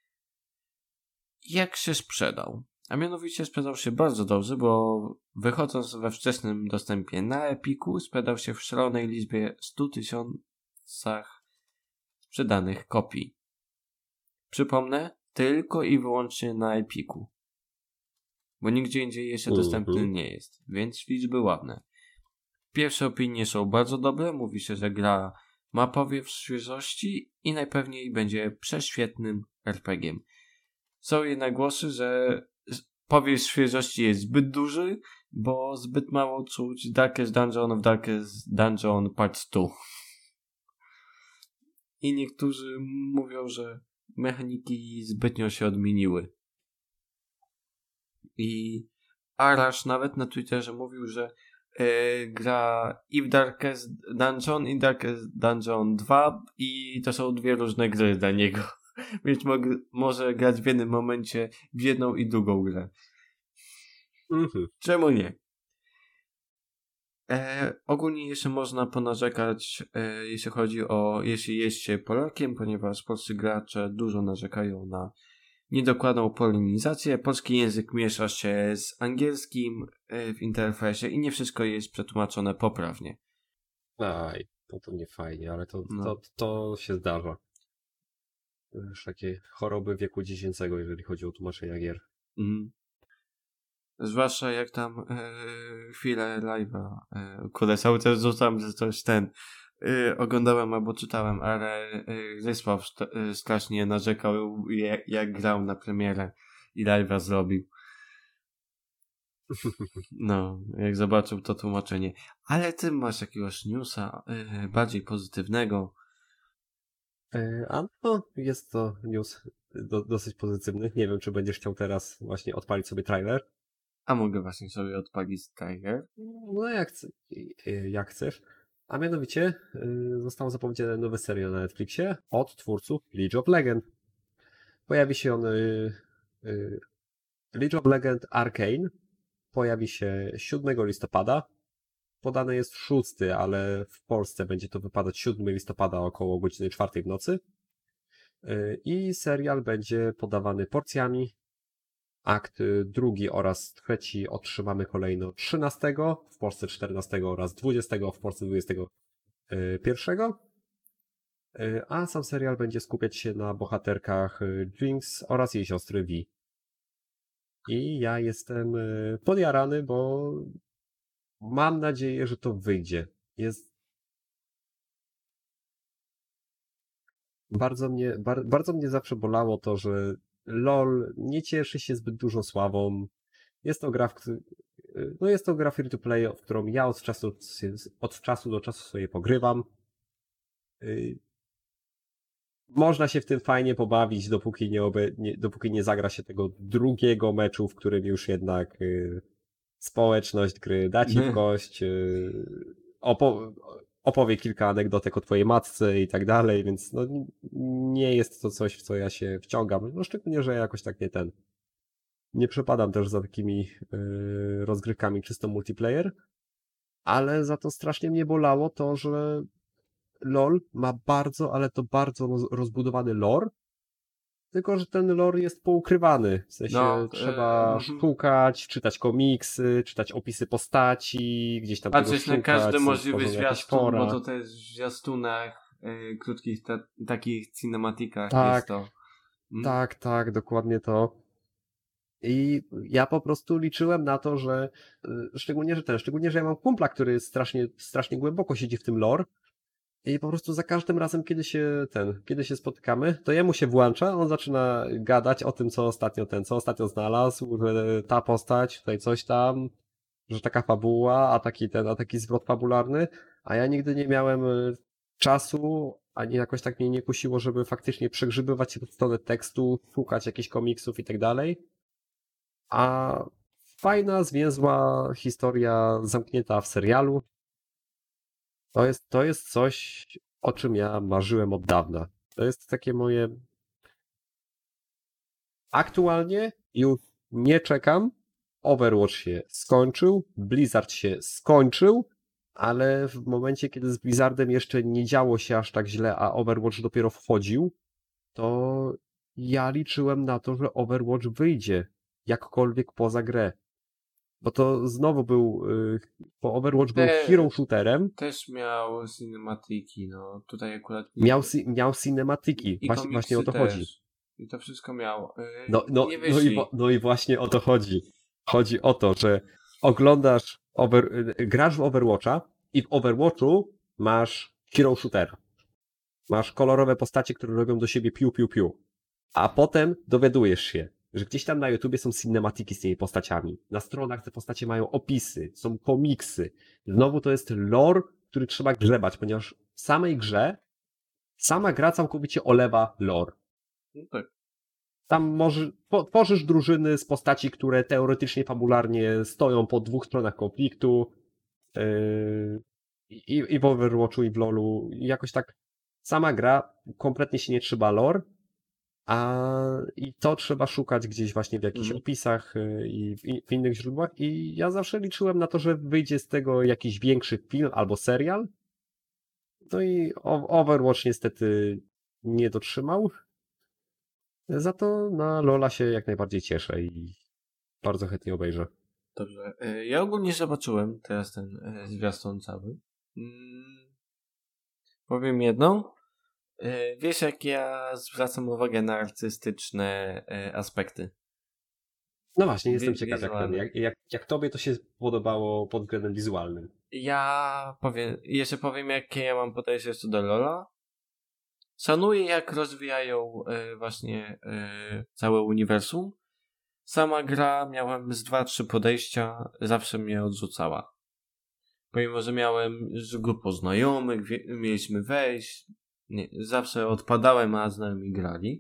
Jak się sprzedał? A mianowicie sprzedał się bardzo dobrze, bo wychodząc we wczesnym dostępie na Epiku, sprzedał się w szalonej liczbie stu tysiącach sprzedanych kopii. Przypomnę, tylko i wyłącznie na Epiku. Bo nigdzie indziej jeszcze Mhm. dostępny nie jest, więc liczby ładne. Pierwsze opinie są bardzo dobre, mówi się, że gra ma powiew świeżości i najpewniej będzie prześwietnym er pe gie em. Są jednak głosy, że powiew świeżości jest zbyt duży, bo zbyt mało czuć Darkest Dungeon w Darkest Dungeon Part dwa. I niektórzy mówią, że mechaniki zbytnio się odmieniły. I Arash nawet na Twitterze mówił, że Yy, gra i w Darkest Dungeon i Darkest Dungeon dwa i to są dwie różne gry dla niego. Więc mog- może grać w jednym momencie w jedną i drugą grę. Mhm. Czemu nie? E, ogólnie jeszcze można ponarzekać, e, jeśli chodzi o, jeśli jest się Polakiem, ponieważ polscy gracze dużo narzekają na niedokładną polinizację. Polski język miesza się z angielskim e, w interfejsie i nie wszystko jest przetłumaczone poprawnie. Aj, to to nie fajnie, ale to, No. to, to się zdarza. Już takie choroby wieku dziecięcego, jeżeli chodzi o tłumaczenia gier. Mhm. Zwłaszcza jak tam e, chwilę live'a, e, kurde, cały czas rzucam, że coś ten e, oglądałem albo czytałem, ale e, Rysław st- e, strasznie narzekał jak, jak grał na premierę i live'a zrobił. No, jak zobaczył to tłumaczenie. Ale ty masz jakiegoś newsa e, bardziej pozytywnego. E, A no, jest to news do, dosyć pozytywny. Nie wiem, czy będziesz chciał teraz właśnie odpalić sobie trailer. A mogę właśnie sobie odpalić trailer? No jak, chce- e, jak chcesz. A mianowicie e, został zapowiedziany nowy serial na Netflixie od twórców League of Legends. Pojawi się on e, e, League of Legends Arcane. Pojawi się siódmego listopada. Podane jest szósty, ale w Polsce będzie to wypadać siódmego listopada około godziny czwartej w nocy. Yy, I serial będzie podawany porcjami. Akt drugi oraz trzeci otrzymamy kolejno trzynastego, w Polsce czternastego oraz dwudziestego, w Polsce dwudziestego pierwszego. Yy, A sam serial będzie skupiać się na bohaterkach yy, Jinx oraz jej siostry Vi. I ja jestem yy, podjarany, bo mam nadzieję, że to wyjdzie. Jest bardzo mnie, bar, bardzo mnie zawsze bolało to, że LoL nie cieszy się zbyt dużą sławą. Jest to gra, w, któ- no jest to gra free to play, w którą ja od czasu, od czasu do czasu sobie pogrywam. Yy, Można się w tym fajnie pobawić, dopóki nie, obe, nie, dopóki nie zagra się tego drugiego meczu, w którym już jednak yy, społeczność gry da ci w kość, yy, opo- opowie kilka anegdotek o twojej matce i tak dalej, więc no, nie jest to coś, w co ja się wciągam. No szczególnie, że jakoś tak nie ten. nie przepadam też za takimi yy, rozgrywkami czysto multiplayer, ale za to strasznie mnie bolało to, że LoL ma bardzo, ale to bardzo roz- rozbudowany lore, tylko że ten lore jest poukrywany. W sensie No, trzeba yy, szukać, czytać komiksy, czytać opisy postaci, gdzieś tam tego patrzeć na każdy szukać, są możliwy tworzone jakieś zwiastun, bo fora. to też w zwiastunach, yy, krótkich ta, takich cinematikach jest Tak, to. Mm, tak, tak, dokładnie to. I ja po prostu liczyłem na to, że y, szczególnie, że ten, szczególnie, że ja mam kumpla, który strasznie, strasznie głęboko siedzi w tym lore i po prostu za każdym razem, kiedy się ten, kiedy się spotykamy, to jemu się włącza, on zaczyna gadać o tym, co ostatnio ten, co ostatnio znalazł, że ta postać, tutaj coś tam, że taka fabuła, a taki ten, a taki zwrot fabularny, a ja nigdy nie miałem y, czasu, ani jakoś tak mnie nie kusiło, żeby faktycznie przegrzybywać się w stronę tekstu, szukać jakichś komiksów i tak dalej. A fajna, zwięzła historia zamknięta w serialu. To jest, to jest coś, o czym ja marzyłem od dawna. To jest takie moje. Aktualnie już nie czekam. Overwatch się skończył, Blizzard się skończył, ale w momencie, kiedy z Blizzardem jeszcze nie działo się aż tak źle, a Overwatch dopiero wchodził, to ja liczyłem na to, że Overwatch wyjdzie jakkolwiek poza grę. Bo to znowu był, y, bo Overwatch był hero Też, shooterem, też miał cinematiki, no tutaj akurat miał, nie. ci- miał cinematiki, I właśnie, właśnie o komiksy to chodzi. też. I to wszystko miał. Yy, No, no, nie no, i, wo- wyszli. no i właśnie o to chodzi. Chodzi o to, że oglądasz, over, y, grasz w Overwatcha i w Overwatchu masz hero shootera. Masz kolorowe postacie, które robią do siebie piu, piu, piu. A potem dowiadujesz się, że gdzieś tam na YouTubie są cinematiki z tymi postaciami. Na stronach te postacie mają opisy, są komiksy. Znowu to jest lore, który trzeba grzebać, ponieważ w samej grze sama gra całkowicie olewa lore. No tak. Tam może, po, tworzysz drużyny z postaci, które teoretycznie, fabularnie stoją po dwóch stronach konfliktu. Yy, i, I w Overwatchu, i w LoLu. I jakoś tak sama gra, kompletnie się nie trzeba lore, a i to trzeba szukać gdzieś właśnie w jakichś Mhm. opisach yy, i w, i w innych źródłach. I ja zawsze liczyłem na to, że wyjdzie z tego jakiś większy film albo serial. No i O- Overwatch niestety nie dotrzymał. Za to na Lola się jak najbardziej cieszę i bardzo chętnie obejrzę. Dobrze. Yy, ja ogólnie zobaczyłem teraz ten yy, zwiastun cały. Mm, powiem jedno. Yy, wiesz, jak ja zwracam uwagę na artystyczne yy, aspekty. No właśnie, jestem Wi- ciekaw jak ten, wizualne. jak, jak, jak tobie to się podobało pod względem wizualnym. Ja powiem, jeszcze powiem, jakie ja mam podejście co do Lola. Szanuję, jak rozwijają yy, właśnie yy, całe uniwersum. Sama gra, miałem z dwa, trzy podejścia, zawsze mnie odrzucała. Pomimo, że miałem z grupą znajomych, wie, mieliśmy wejść, nie, zawsze odpadałem, a znajomi grali.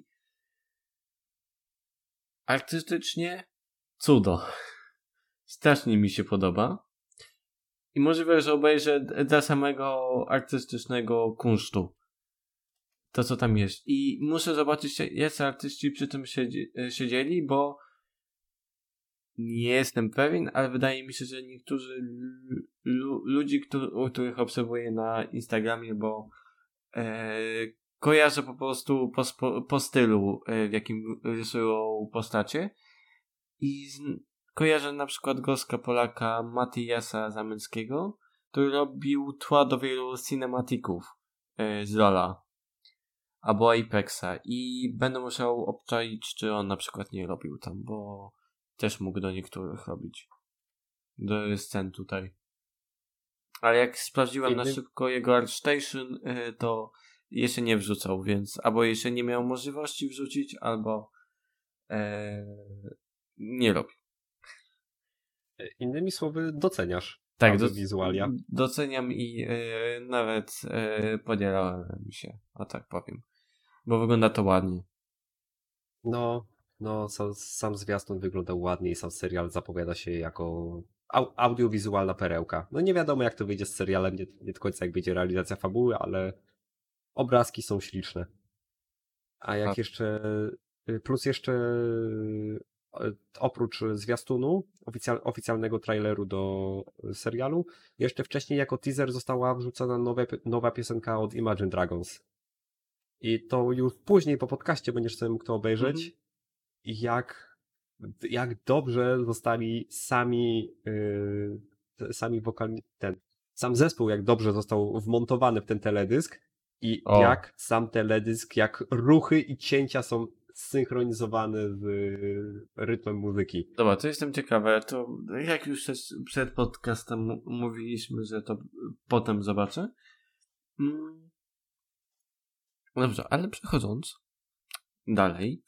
Artystycznie cudo. Strasznie mi się podoba. I możliwe, że obejrzę d- dla samego artystycznego kunsztu. To, co tam jest. I muszę zobaczyć, jacy artyści przy tym siedzi, siedzieli, bo nie jestem pewien, ale wydaje mi się, że niektórzy l- lu- ludzi, któ- których obserwuję na Instagramie, bo e, kojarzę po prostu po, spo- po stylu, e, w jakim rysują postacie i z, kojarzę na przykład goska Polaka Matiasa Zamęckiego, który robił tła do wielu cinematików e, z Lola albo Apexa i będę musiał obczaić, czy on na przykład nie robił tam, bo też mógł do niektórych robić. Do scen tutaj. Ale jak sprawdziłem na Inny, szybko jego ArtStation, y, to jeszcze nie wrzucał, więc albo jeszcze nie miał możliwości wrzucić, albo e, nie robił. innymi słowy, doceniasz Tak, do, audiowizualia. doceniam i e, nawet e, podzielałem się, o tak powiem. Bo wygląda to ładnie. No, no, sam, sam zwiastun wyglądał ładnie i sam serial zapowiada się jako au, audiowizualna perełka. No nie wiadomo jak to wyjdzie z serialem, nie, nie do końca jak będzie realizacja fabuły, ale obrazki są śliczne. A A, jak jeszcze, plus jeszcze oprócz zwiastunu, oficjal, oficjalnego traileru do serialu, jeszcze wcześniej jako teaser została wrzucona nowe, nowa piosenka od Imagine Dragons. I to już później po podcaście będziesz sobie mógł to obejrzeć, mhm. jak, jak dobrze zostali sami yy, sami wokalni, ten, sam zespół, jak dobrze został wmontowany w ten teledysk i o. jak sam teledysk, jak ruchy i cięcia są synchronizowane z rytmem muzyki. Dobra, to jestem ciekawy. To jak już przed podcastem m- mówiliśmy, że to potem zobaczę. Mm. Dobrze, ale przechodząc dalej,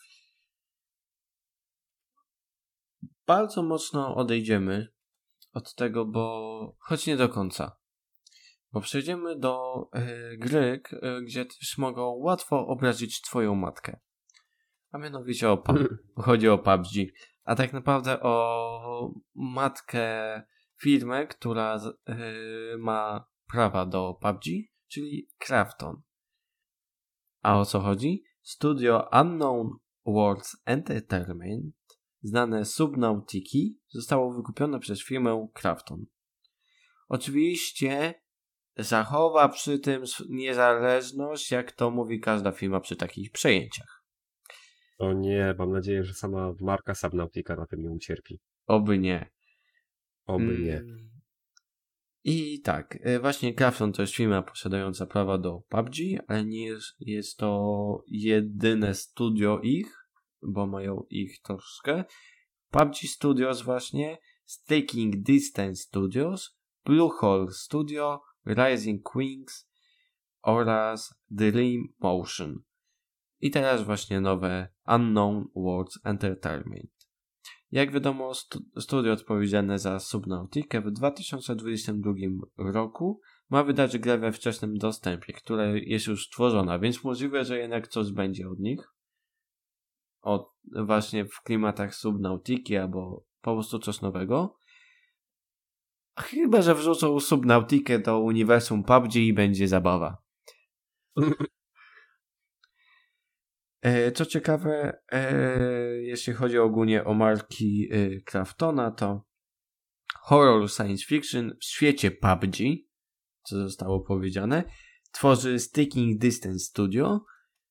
bardzo mocno odejdziemy od tego, bo choć nie do końca. Bo przejdziemy do y, gry, y, gdzie też mogą łatwo obrazić twoją matkę. A mianowicie o pub. Chodzi o P U B G. A tak naprawdę o matkę firmy, która y, ma prawa do P U B G, czyli Krafton. A o co chodzi? Studio Unknown Worlds Entertainment, znane Subnautiki, zostało wykupione przez firmę Krafton. Oczywiście zachowa przy tym niezależność, jak to mówi każda firma przy takich przejęciach. O nie, mam nadzieję, że sama marka Subnautica na tym nie ucierpi. Oby nie. Oby nie. I tak, właśnie Krafton to jest firma posiadająca prawa do P U B G, ale nie jest, jest to jedyne studio ich, bo mają ich troszkę. P U B G Studios właśnie, Staking Distance Studios, Bluehole Studio, Rising Queens oraz Dream Motion. I teraz właśnie nowe Unknown Worlds Entertainment. Jak wiadomo, stu- studio odpowiedzialne za Subnautikę w dwa tysiące dwudziestym drugim roku ma wydać grę we wczesnym dostępie, która jest już stworzona, więc możliwe, że jednak coś będzie od nich. Od, właśnie w klimatach Subnautiki albo po prostu coś nowego. Chyba że wrzucą Subnautikę do uniwersum P U B G i będzie zabawa. E, co ciekawe, e, jeśli chodzi ogólnie o marki e, Kraftona, to horror science fiction w świecie P U B G, co zostało powiedziane, tworzy Sticking Distance Studio.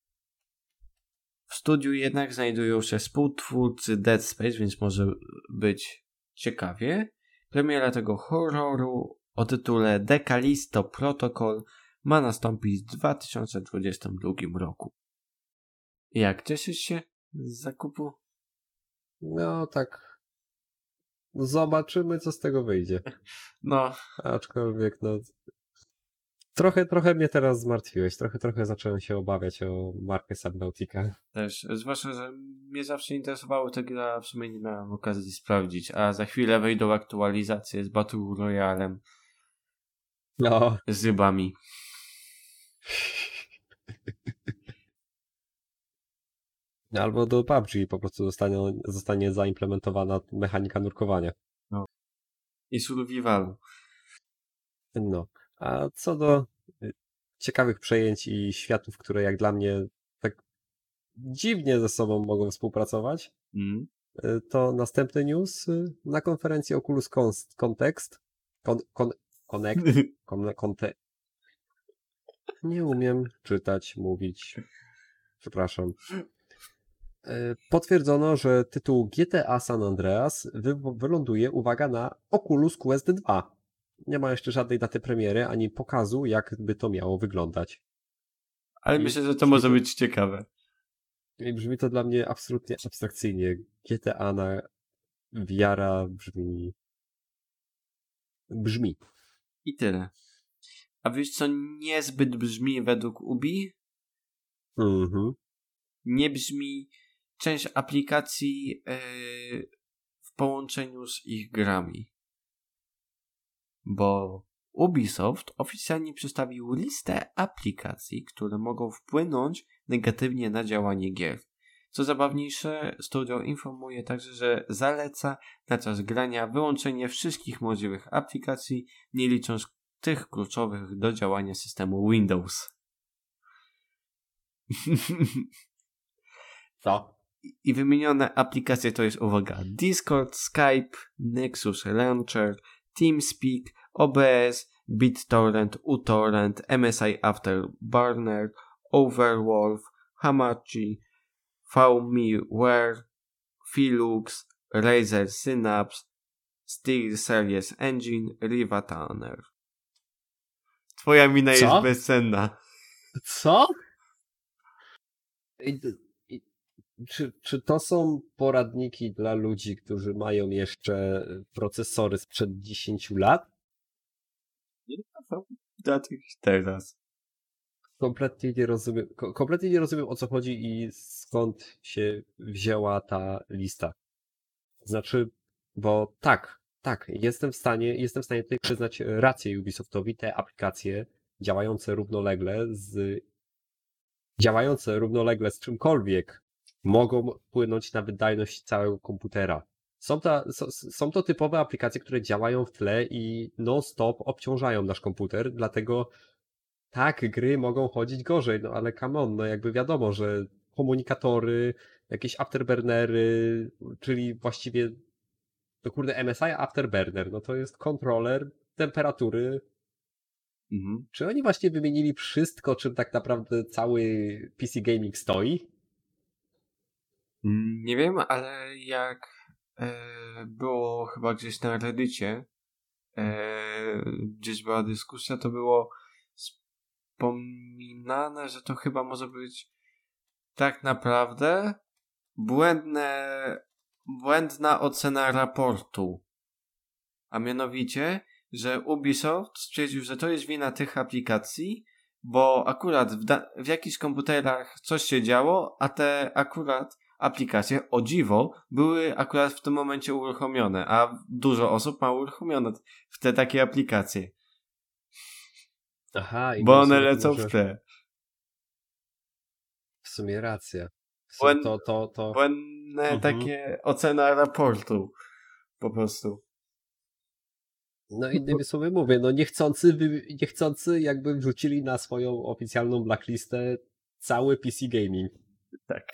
W studiu jednak znajdują się współtwórcy Dead Space, więc może być ciekawie. Premiera tego horroru o tytule The Callisto Protocol ma nastąpić w dwa tysiące dwudziestym drugim roku. Jak cieszysz się z zakupu? No tak. Zobaczymy, co z tego wyjdzie. No. Aczkolwiek no... Trochę, trochę mnie teraz zmartwiłeś. Trochę, trochę zacząłem się obawiać o markę Subnautica. Też, zwłaszcza, że mnie zawsze interesowało te gry, a w sumie nie miałem okazji sprawdzić. A za chwilę wejdą aktualizacje z Battle Royalem. No. Z rybami. Albo do P U B G po prostu zostanie, zostanie zaimplementowana mechanika nurkowania. No. I survivalu. No. A co do ciekawych przejęć i światów, które jak dla mnie tak dziwnie ze sobą mogą współpracować, mm. to następny news na konferencji Oculus Context. Con, con, connect. Con, conte, nie umiem czytać, mówić. Przepraszam. Potwierdzono, że tytuł G T A San Andreas wy, wyląduje, uwaga, na Oculus Quest dwa. Nie ma jeszcze żadnej daty premiery, ani pokazu, jak by to miało wyglądać. Ale I myślę, że to może to, być ciekawe. I brzmi to dla mnie absolutnie abstrakcyjnie. G T A na V R brzmi... Brzmi. I tyle. A wiesz co niezbyt brzmi według Ubi? Mhm. Nie brzmi część aplikacji yy, w połączeniu z ich grami. Bo Ubisoft oficjalnie przedstawił listę aplikacji, które mogą wpłynąć negatywnie na działanie gier. Co zabawniejsze, studio informuje także, że zaleca na czas grania wyłączenie wszystkich możliwych aplikacji, nie licząc tych kluczowych do działania systemu Windows. Co? I wymienione aplikacje to jest, uwaga, Discord, Skype, Nexus Launcher, TeamSpeak, O B S, BitTorrent, uTorrent, M S I Afterburner, Overwolf, Hamachi, VMware, Filux, Razer Synapse, SteelSeries Engine, Riva Tanner. Twoja mina Co? jest bezcenna. Co? I, i, czy, czy to są poradniki dla ludzi, którzy mają jeszcze procesory sprzed dziesięciu lat? Dla tych teraz. Kompletnie nie rozumiem, ko- kompletnie nie rozumiem, o co chodzi i skąd się wzięła ta lista. Znaczy, bo tak, tak, jestem w stanie, jestem w stanie tutaj przyznać rację Ubisoftowi, te aplikacje działające równolegle z działające równolegle z czymkolwiek mogą wpłynąć na wydajność całego komputera. Są to, s- są to typowe aplikacje, które działają w tle i non-stop obciążają nasz komputer, dlatego tak, gry mogą chodzić gorzej, no ale come on, no jakby wiadomo, że komunikatory, jakieś afterburnery, czyli właściwie, no kurde, M S I Afterburner, no to jest kontroler temperatury. Mhm. Czy oni właśnie wymienili wszystko, czym tak naprawdę cały P C gaming stoi? Nie wiem, ale jak e, było chyba gdzieś na Reddicie, e, gdzieś była dyskusja, to było wspominane, że to chyba może być tak naprawdę błędne, błędna ocena raportu. A mianowicie, że Ubisoft stwierdził, że to jest wina tych aplikacji, bo akurat w, da- w jakichś komputerach coś się działo, a te akurat aplikacje, o dziwo, były akurat w tym momencie uruchomione, a dużo osób ma uruchomione w te takie aplikacje. Aha, i Bo w sumie one to lecą może- w te. W sumie racja. W sumie Błęd- to, to, to... Błędne Mhm. takie ocena raportu. Po prostu. No innymi słowy mówię, no niechcący, wy- niechcący jakby wrzucili na swoją oficjalną blacklistę cały P C gaming. Tak.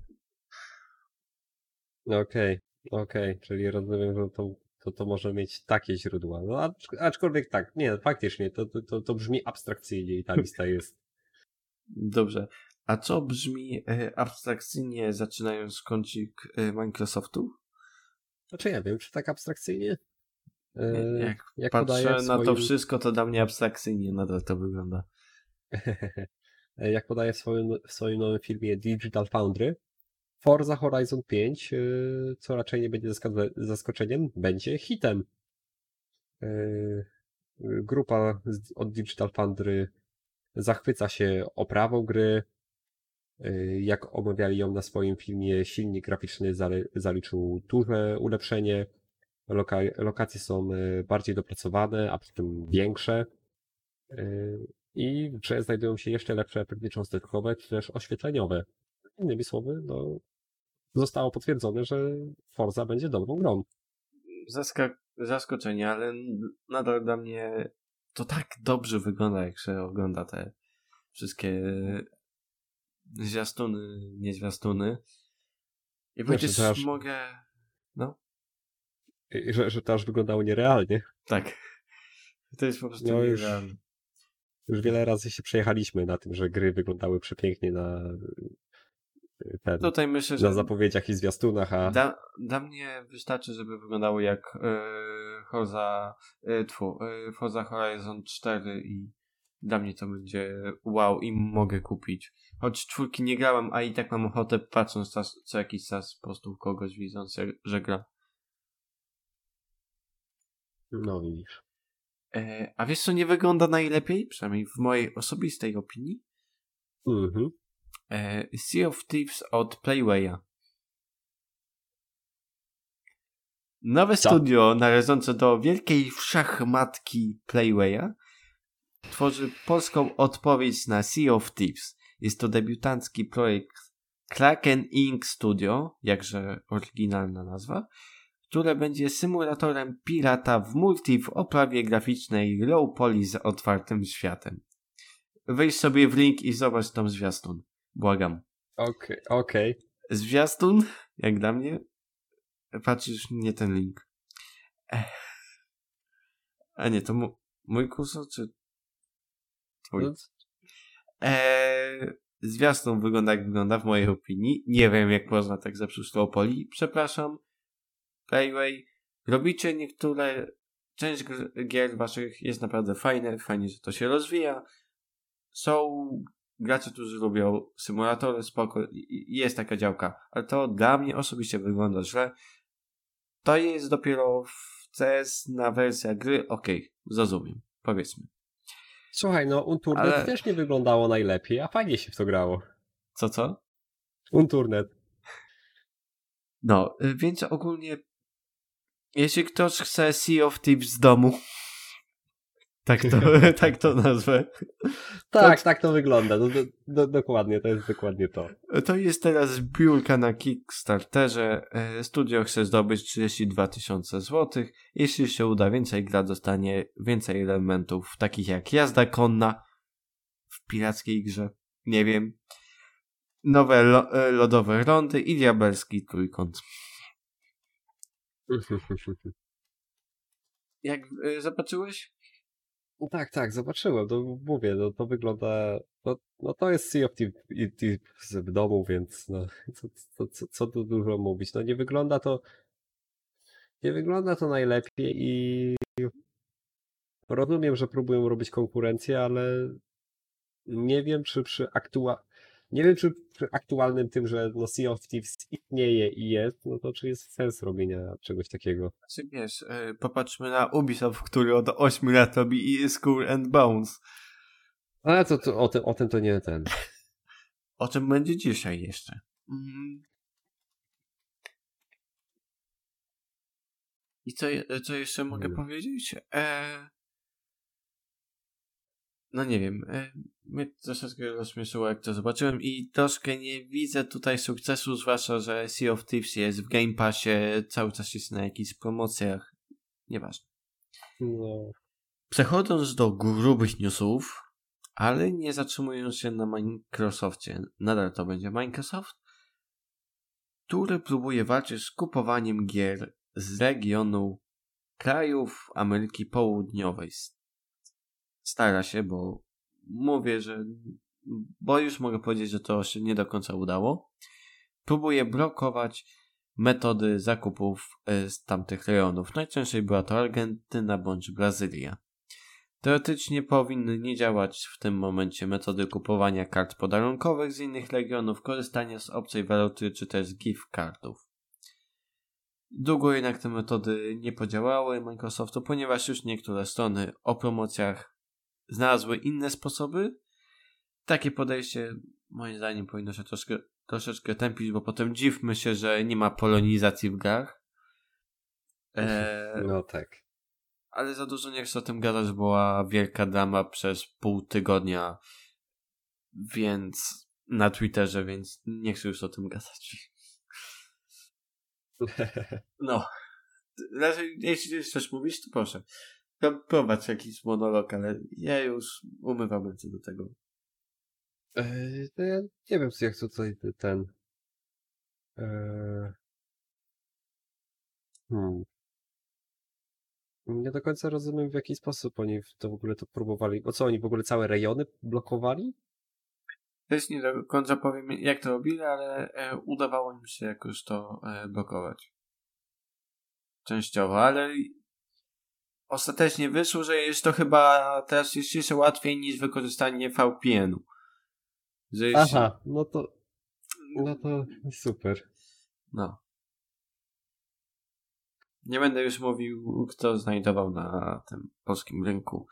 Okej, okej, czyli rozumiem, że to, to, to może mieć takie źródła. No acz, aczkolwiek tak, nie, faktycznie, to, to, to, to brzmi abstrakcyjnie i ta lista jest. Dobrze. A co brzmi e, abstrakcyjnie, zaczynając kącik e, Microsoftu? Znaczy ja wiem, czy tak abstrakcyjnie? E, Jak, jak patrzę podaje w na to swoim- wszystko, to dla mnie abstrakcyjnie nadal to wygląda. jak podaje w swoim, w swoim nowym filmie Digital Foundry, Forza Horizon pięć, yy, co raczej nie będzie zaska- zaskoczeniem, będzie hitem. Yy, Grupa z- od Digital Foundry zachwyca się oprawą gry. Yy, Jak omawiali ją na swoim filmie, silnik graficzny zale- zaliczył duże ulepszenie. Loka- lokacje są yy, bardziej dopracowane, a przy tym większe. Yy, I w grze znajdują się jeszcze lepsze efekty cząsteczkowe, czy też oświetleniowe. Innymi słowy, no, zostało potwierdzone, że Forza będzie dobrą grą. Zaskak- zaskoczenie, ale n- nadal dla mnie to tak dobrze wygląda, jak się ogląda te wszystkie zwiastuny, nie zwiastuny. I Znaczy, przecież to aż- mogę... No, I Że, że to aż wyglądało nierealnie. tak. To jest po prostu No już- nierealne. Już wiele razy się przejechaliśmy na tym, że gry wyglądały przepięknie na, ten, Tutaj myślę, że na zapowiedziach i zwiastunach, a Dla, dla mnie wystarczy, żeby wyglądało jak yy, Forza, yy, tfu, yy, Forza Horizon cztery i dla mnie to będzie wow i mogę kupić. Choć czwórki nie grałem, a i tak mam ochotę patrząc czas, co jakiś czas po prostu kogoś widząc, że, że gra. no widzisz. Yy, a wiesz co nie wygląda najlepiej? Przynajmniej w mojej osobistej opinii. Mhm. Yy, Sea of Thieves od Playwaya. Nowe Co? studio należące do wielkiej wszachmatki Playwaya tworzy polską odpowiedź na Sea of Thieves. Jest to debiutancki projekt Kraken Incorporated. Studio, jakże oryginalna nazwa, które będzie symulatorem pirata w multi w oprawie graficznej low poly z otwartym światem. Wejdź sobie w link i zobacz tam zwiastun. Błagam. Okej, okej. zwiastun, jak dla mnie, patrzysz, nie ten link. Ech. A nie, to mu, mój kursor, czy twój? Eee, zwiastun wygląda jak wygląda w mojej opinii. Nie wiem, jak można tak zepsuć to poli. Przepraszam. Playway. Robicie niektóre... Część gier waszych jest naprawdę fajne. Fajnie, że to się rozwija. Są gracze, którzy lubią symulatory, spoko. Jest taka działka. Ale to dla mnie osobiście wygląda źle. To jest dopiero w C S na wersja gry. Okej, okay, zrozumiem. Powiedzmy. Słuchaj, no Unturned Ale... też nie wyglądało najlepiej, a fajnie się w to grało. Co, co? Unturned. No, więc ogólnie jeśli ktoś chce Sea of Thieves z domu, tak to, tak to nazwę. Tak, to, tak to wygląda. Do, do, dokładnie, to jest dokładnie to. To jest teraz zbiórka na Kickstarterze. Studio chce zdobyć trzydzieści dwa tysiące złotych. Jeśli się uda, więcej gra dostanie więcej elementów, takich jak jazda konna w pirackiej grze. Nie wiem. Nowe lo, lodowe rondy i diabelski trójkąt. Jak y, zobaczyłeś? Tak, tak, zobaczyłem. To mówię, no, to wygląda... No, no to jest Sea of Thieves w domu, więc no, co, co, co, co tu dużo mówić. No nie wygląda to... Nie wygląda to najlepiej i... Rozumiem, że próbują robić konkurencję, ale nie wiem, czy przy aktua... Nie wiem, czy przy aktualnym tym, że no Sea of Thieves istnieje i jest, no to czy jest sens robienia czegoś takiego? Znaczy wiesz, yy, popatrzmy na Ubisoft, który od ośmiu lat robi Skull and Bones. Ale to, to, o, tym, o tym to nie ten. O czym będzie dzisiaj jeszcze? Mm. I co, co jeszcze mogę hmm. powiedzieć? Eee... No nie wiem, e, mnie troszeczkę rozśmieszyło, jak to zobaczyłem i troszkę nie widzę tutaj sukcesu, zwłaszcza, że Sea of Thieves jest w Game Passie, cały czas jest na jakichś promocjach, nieważne. No. Przechodząc do grubych newsów, ale nie zatrzymując się na Microsoftie, nadal to będzie Microsoft, który próbuje walczyć z kupowaniem gier z regionu krajów Ameryki Południowej. Stara się, bo mówię, że bo już mogę powiedzieć, że to się nie do końca udało. Próbuje blokować metody zakupów z tamtych rejonów. Najczęściej była to Argentyna bądź Brazylia. Teoretycznie powinny nie działać w tym momencie metody kupowania kart podarunkowych z innych regionów, korzystania z obcej waluty czy też gift cardów. Długo jednak te metody nie podziałały Microsoftu, ponieważ już niektóre strony o promocjach znalazły inne sposoby. Takie podejście moim zdaniem powinno się troszkę, troszeczkę tępić, bo potem dziwmy się, że nie ma polonizacji w grach. Eee, no tak. Ale za dużo nie chcę o tym gadać, była wielka drama przez pół tygodnia, więc na Twitterze, więc nie chcę już o tym gadać. No. Jeśli chcesz coś mówić, to proszę. Prowadź jakiś monolog, ale ja już umywam ręce do tego. Eee, to ja nie wiem, jak tutaj ten... Eee... Hmm. Nie do końca rozumiem, w jaki sposób oni to w ogóle to próbowali. Bo co, oni w ogóle całe rejony blokowali? Też nie do końca powiem, jak to robili, ale e, udawało im się jakoś to e, blokować. Częściowo, ale ostatecznie wyszło, że jest to chyba teraz jest jeszcze łatwiej niż wykorzystanie V P N-u. Że jest... Aha, no to no to super. No. Nie będę już mówił, kto znajdował na tym polskim rynku.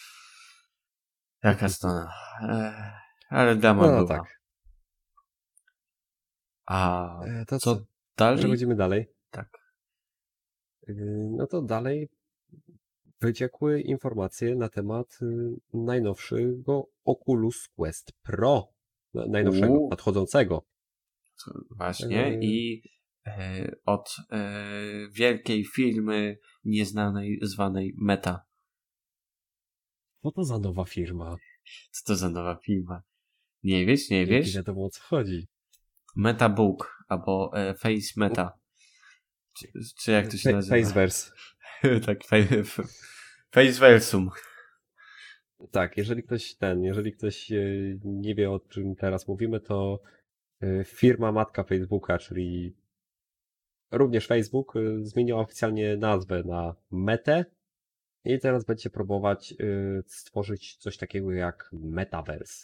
Jaka strona. Eee, ale drama no, była. Tak. A e, to co co? dalej? Przechodzimy dalej. Tak. No to dalej wyciekły informacje na temat najnowszego Oculus Quest Pro. Najnowszego, Uuu. nadchodzącego. Właśnie e... i e, od e, wielkiej firmy nieznanej, zwanej Meta. Co to za nowa firma? Co to za nowa firma? Nie wiesz, nie wiesz? Nie wiadomo, o co chodzi. MetaBook albo e, Face Meta. Czy, czy jak to się nazywa? Faceverse. Tak, Faceversum. Tak, jeżeli ktoś ten, jeżeli ktoś nie wie, o czym teraz mówimy, to firma matka Facebooka, czyli również Facebook, zmieniła oficjalnie nazwę na Metę i teraz będzie próbować stworzyć coś takiego jak Metaverse.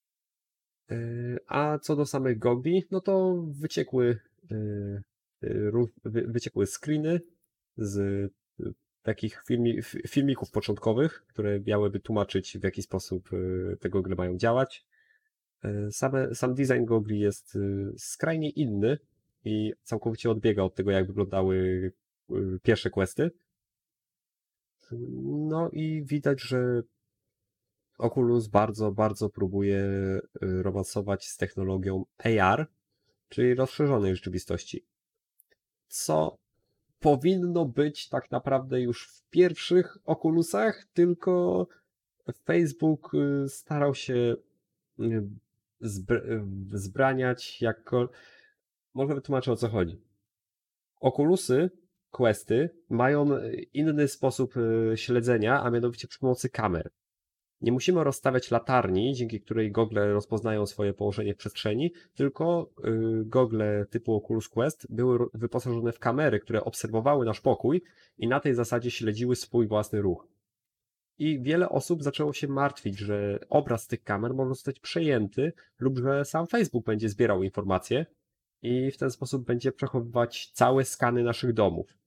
A co do samych gogli, no to wyciekły wyciekły screeny z takich filmi, filmików początkowych, które miałyby tłumaczyć, w jaki sposób te gogle mają działać. Same, sam design gogli jest skrajnie inny i całkowicie odbiega od tego, jak wyglądały pierwsze questy. No i widać, że Oculus bardzo, bardzo próbuje romansować z technologią A R, czyli rozszerzonej rzeczywistości. Co powinno być tak naprawdę już w pierwszych Oculusach, tylko Facebook starał się zbr- zbraniać jako... Może wytłumaczę, o co chodzi. Oculusy, Questy mają inny sposób śledzenia, a mianowicie przy pomocy kamer. Nie musimy rozstawiać latarni, dzięki której gogle rozpoznają swoje położenie w przestrzeni, tylko gogle typu Oculus Quest były wyposażone w kamery, które obserwowały nasz pokój i na tej zasadzie śledziły swój własny ruch. I wiele osób zaczęło się martwić, że obraz z tych kamer może zostać przejęty lub że sam Facebook będzie zbierał informacje i w ten sposób będzie przechowywać całe skany naszych domów.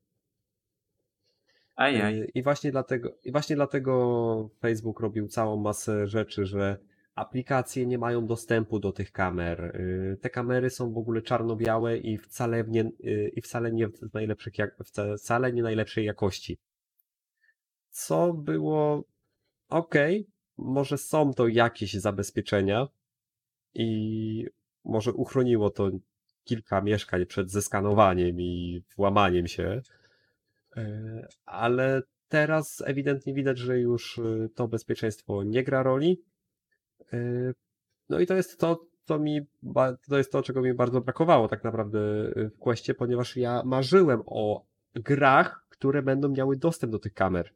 Ajaj. I właśnie dlatego, i właśnie dlatego Facebook robił całą masę rzeczy, że aplikacje nie mają dostępu do tych kamer. Te kamery są w ogóle czarno-białe i wcale nie, i wcale nie w najlepszych, wcale nie najlepszej jakości. Co było okej, okay, może są to jakieś zabezpieczenia i może uchroniło to kilka mieszkań przed zeskanowaniem i włamaniem się, ale teraz ewidentnie widać, że już to bezpieczeństwo nie gra roli. No i to jest to, co mi, to jest to, czego mi bardzo brakowało tak naprawdę w Questie, ponieważ ja marzyłem o grach, które będą miały dostęp do tych kamer.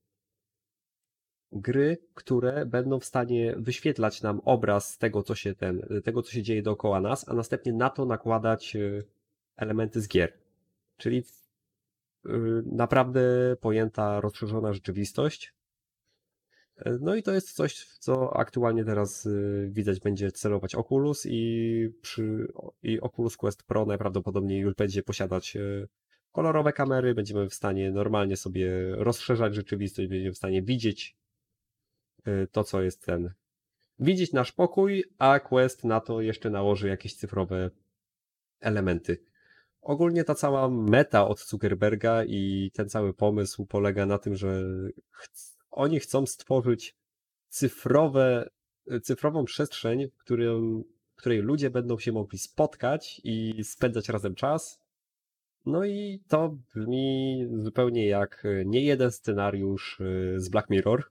Gry, które będą w stanie wyświetlać nam obraz tego, co się ten, tego, co się dzieje dookoła nas, a następnie na to nakładać elementy z gier. Czyli naprawdę pojęta, rozszerzona rzeczywistość. No i to jest coś, w co aktualnie teraz widać będzie celować Oculus i przy i Oculus Quest Pro najprawdopodobniej już będzie posiadać kolorowe kamery, będziemy w stanie normalnie sobie rozszerzać rzeczywistość, będziemy w stanie widzieć to, co jest ten. Widzieć nasz pokój, a Quest na to jeszcze nałoży jakieś cyfrowe elementy. Ogólnie ta cała meta od Zuckerberga i ten cały pomysł polega na tym, że ch- oni chcą stworzyć cyfrowe, cyfrową przestrzeń, w którym, w której ludzie będą się mogli spotkać i spędzać razem czas. No i to brzmi zupełnie jak nie jeden scenariusz z Black Mirror.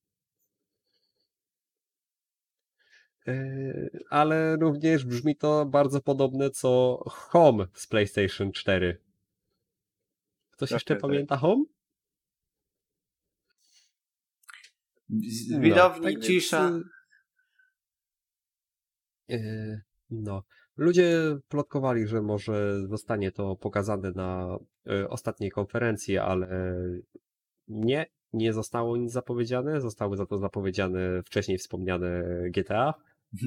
Ale również brzmi to bardzo podobne co Home z PlayStation cztery. Ktoś jeszcze tak. pamięta Home? Z widowni no, cisza. Więc, yy, no. Ludzie plotkowali, że może zostanie to pokazane na yy, ostatniej konferencji, ale nie, nie zostało nic zapowiedziane. Zostały za to zapowiedziane wcześniej wspomniane G T A.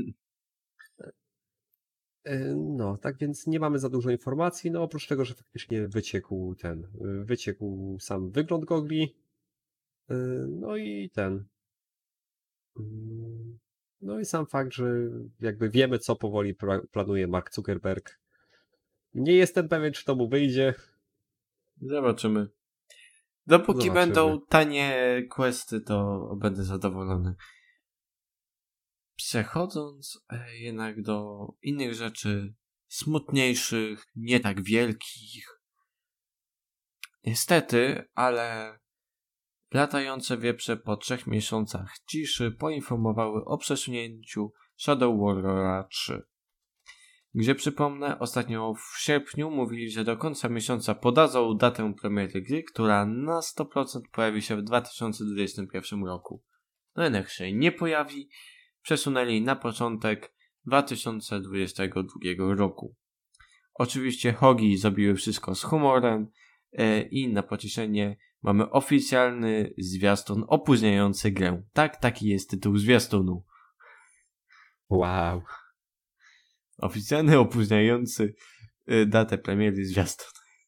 No, tak więc nie mamy za dużo informacji, no oprócz tego, że faktycznie wyciekł ten, wyciekł sam wygląd gogli, no i ten, no i sam fakt, że jakby wiemy, co powoli planuje Mark Zuckerberg. Nie jestem pewien, czy to mu wyjdzie. Zobaczymy. Dopóki Zobaczymy. będą tanie questy, to będę zadowolony. Przechodząc jednak do innych rzeczy smutniejszych, nie tak wielkich. Niestety, ale latające wieprze po trzech miesiącach ciszy poinformowały o przesunięciu Shadow Warriora trzy. gdzie przypomnę, ostatnio w sierpniu mówili, że do końca miesiąca podadzą datę premiery gry, która na sto procent pojawi się w dwa tysiące dwudziestym pierwszym roku. No jednak się nie pojawi, przesunęli na początek dwa tysiące dwudziestego drugiego roku. Oczywiście Hogi zrobiły wszystko z humorem e, i na pocieszenie mamy oficjalny zwiastun opóźniający grę. Tak, taki jest tytuł zwiastunu. Wow. Oficjalny opóźniający e, datę premiery zwiastun.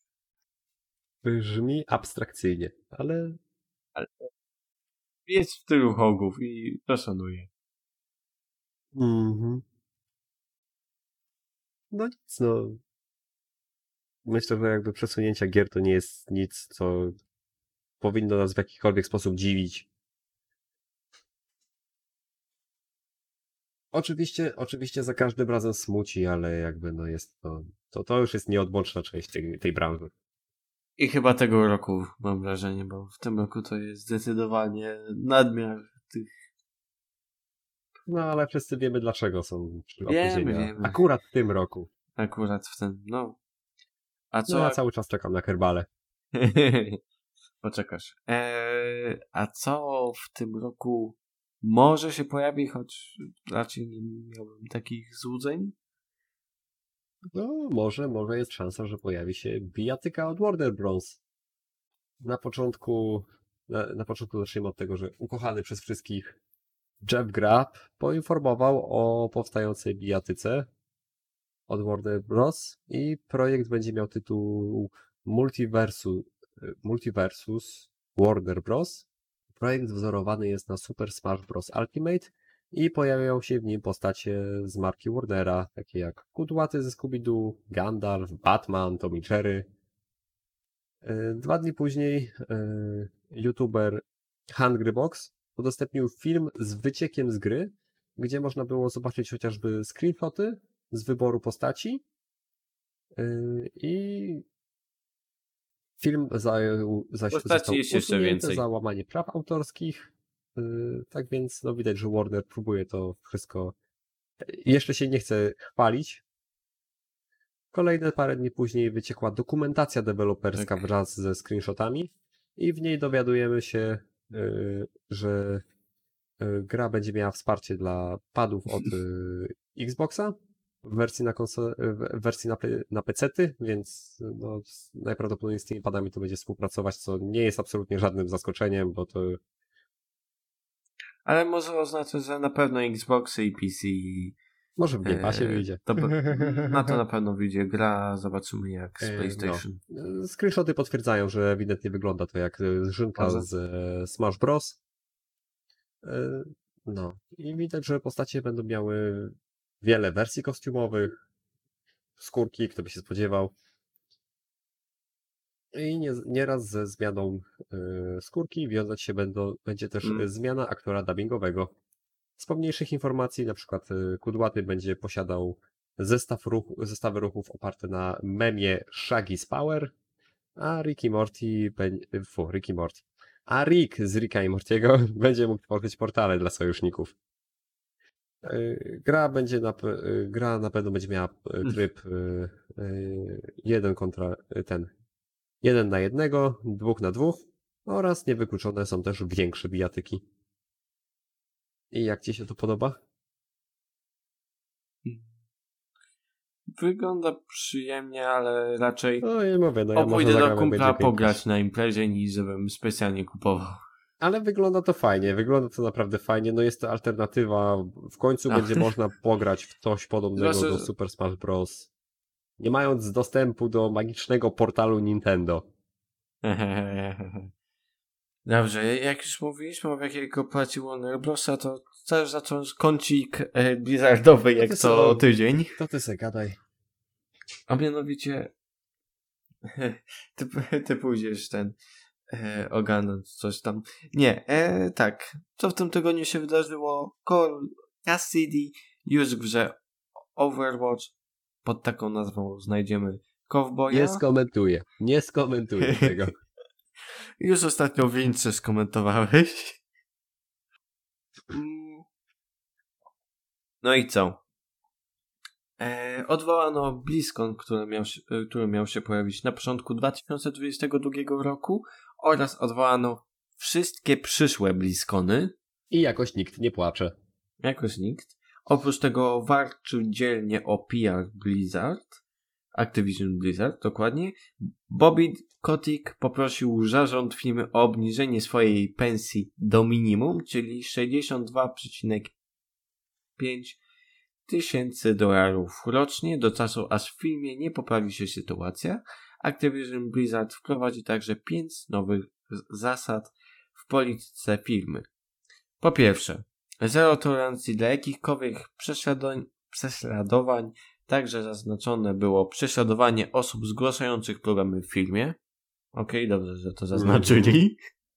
Brzmi abstrakcyjnie, ale... Ale jest w tylu Hogów i to szanuję. Mhm. No nic, no. Myślę, że jakby przesunięcia gier to nie jest nic, co powinno nas w jakikolwiek sposób dziwić. Oczywiście, oczywiście za każdym razem smuci, ale jakby no jest to, to, to już jest nieodłączna część tej, tej branży. I chyba tego roku mam wrażenie, bo w tym roku to jest zdecydowanie nadmiar tych... No ale wszyscy wiemy, dlaczego są Wiemy, opóźnienia. wiemy. Akurat w tym roku. Akurat w ten, no. A co... No ja cały czas czekam na Kerbale. Poczekasz. Eee, a co w tym roku może się pojawi, choć raczej nie miałbym takich złudzeń? No może, może jest szansa, że pojawi się bijatyka od Warner Bros. Na początku, na, na początku zacznijmy od tego, że ukochany przez wszystkich Jeff Grubb poinformował o powstającej bijatyce od Warner Bros. I projekt będzie miał tytuł Multiversu, Multiversus Warner Bros. Projekt wzorowany jest na Super Smash Bros. Ultimate i pojawiają się w nim postacie z marki Warnera, takie jak Kudłaty ze Scooby-Doo, Gandalf, Batman, Tom i Jerry. Dwa dni później youtuber Hungrybox udostępnił film z wyciekiem z gry, gdzie można było zobaczyć chociażby screenshoty z wyboru postaci i film zajął, zaś Postaci został jest jeszcze usunięty więcej. za łamanie praw autorskich. Tak więc no widać, że Warner próbuje to wszystko. Jeszcze się nie chce chwalić. Kolejne parę dni później wyciekła dokumentacja deweloperska Tak. wraz ze screenshotami i w niej dowiadujemy się, że gra będzie miała wsparcie dla padów od Xboxa w wersji na konsol- w wersji na, na pecety, więc no, najprawdopodobniej z tymi padami to będzie współpracować, co nie jest absolutnie żadnym zaskoczeniem, bo to... Ale może oznaczać, że na pewno Xboxy i P C... Może w Game Passie e, wyjdzie. To, na to na pewno wyjdzie gra, zobaczymy jak z PlayStation. No. Screenshoty potwierdzają, że ewidentnie wygląda to jak żynka Może. z Smash Bros. No i widać, że postacie będą miały wiele wersji kostiumowych, skórki, kto by się spodziewał. I nie, nieraz ze zmianą y, skórki wiązać się będą, będzie też Mm. zmiana aktora dubbingowego. Z pomniejszych informacji, na przykład y, Kudłaty będzie posiadał zestaw ruch, zestawy ruchów oparte na memie Shaggy's Power, a Rick i Morty, be, fu, Rick i Morty, a Rick z Ricka i Mortiego będzie mógł tworzyć portale dla sojuszników. Gra będzie na, gra na pewno będzie miała tryb jeden kontra ten jeden na jednego, dwóch na dwóch oraz niewykluczone są też większe bijatyki. I jak ci się to podoba? Wygląda przyjemnie, ale raczej No i mówię, no ja może pójdę do zagram, kumpla będzie pograć pięknie. na imprezie, niż żebym specjalnie kupował. Ale wygląda to fajnie, wygląda to naprawdę fajnie, no jest to alternatywa, w końcu No. będzie można pograć w coś podobnego Zwłaszcza, do że- Super Smash Bros. Nie mając dostępu do magicznego portalu Nintendo. Dobrze, jak już mówiliśmy o jakiego płaci Warner Brosa, to chcesz zacząć kącik e, Blizzardowy jak ty co co? tydzień. To ty se gadaj. A mianowicie ty, ty pójdziesz ten e, ogarnąć coś tam. Nie, e, tak. Co w tym tygodniu się wydarzyło? Cole Cassidy już w grze Overwatch pod taką nazwą znajdziemy Cowboya. Nie skomentuję, nie skomentuję tego. Już ostatnio Wincze skomentowałeś. No i co? E, odwołano BlizzCon, który miał, się, który miał się pojawić na początku dwa tysiące dwudziestego drugiego roku oraz odwołano wszystkie przyszłe BlizzCony. I jakoś nikt nie płacze. Jakoś nikt. Oprócz tego walczył dzielnie o P R Blizzard, Activision Blizzard dokładnie. Bobby Kotick poprosił zarząd firmy o obniżenie swojej pensji do minimum, czyli sześćdziesiąt dwa przecinek pięć tysięcy dolarów rocznie, do czasu aż w firmie nie poprawi się sytuacja. Activision Blizzard wprowadzi także pięć nowych zasad w polityce firmy. Po pierwsze, zero tolerancji dla jakichkolwiek prześladowań, prześladowań. Także zaznaczone było prześladowanie osób zgłaszających problemy w firmie. Okej, okay, dobrze, że to zaznaczyli.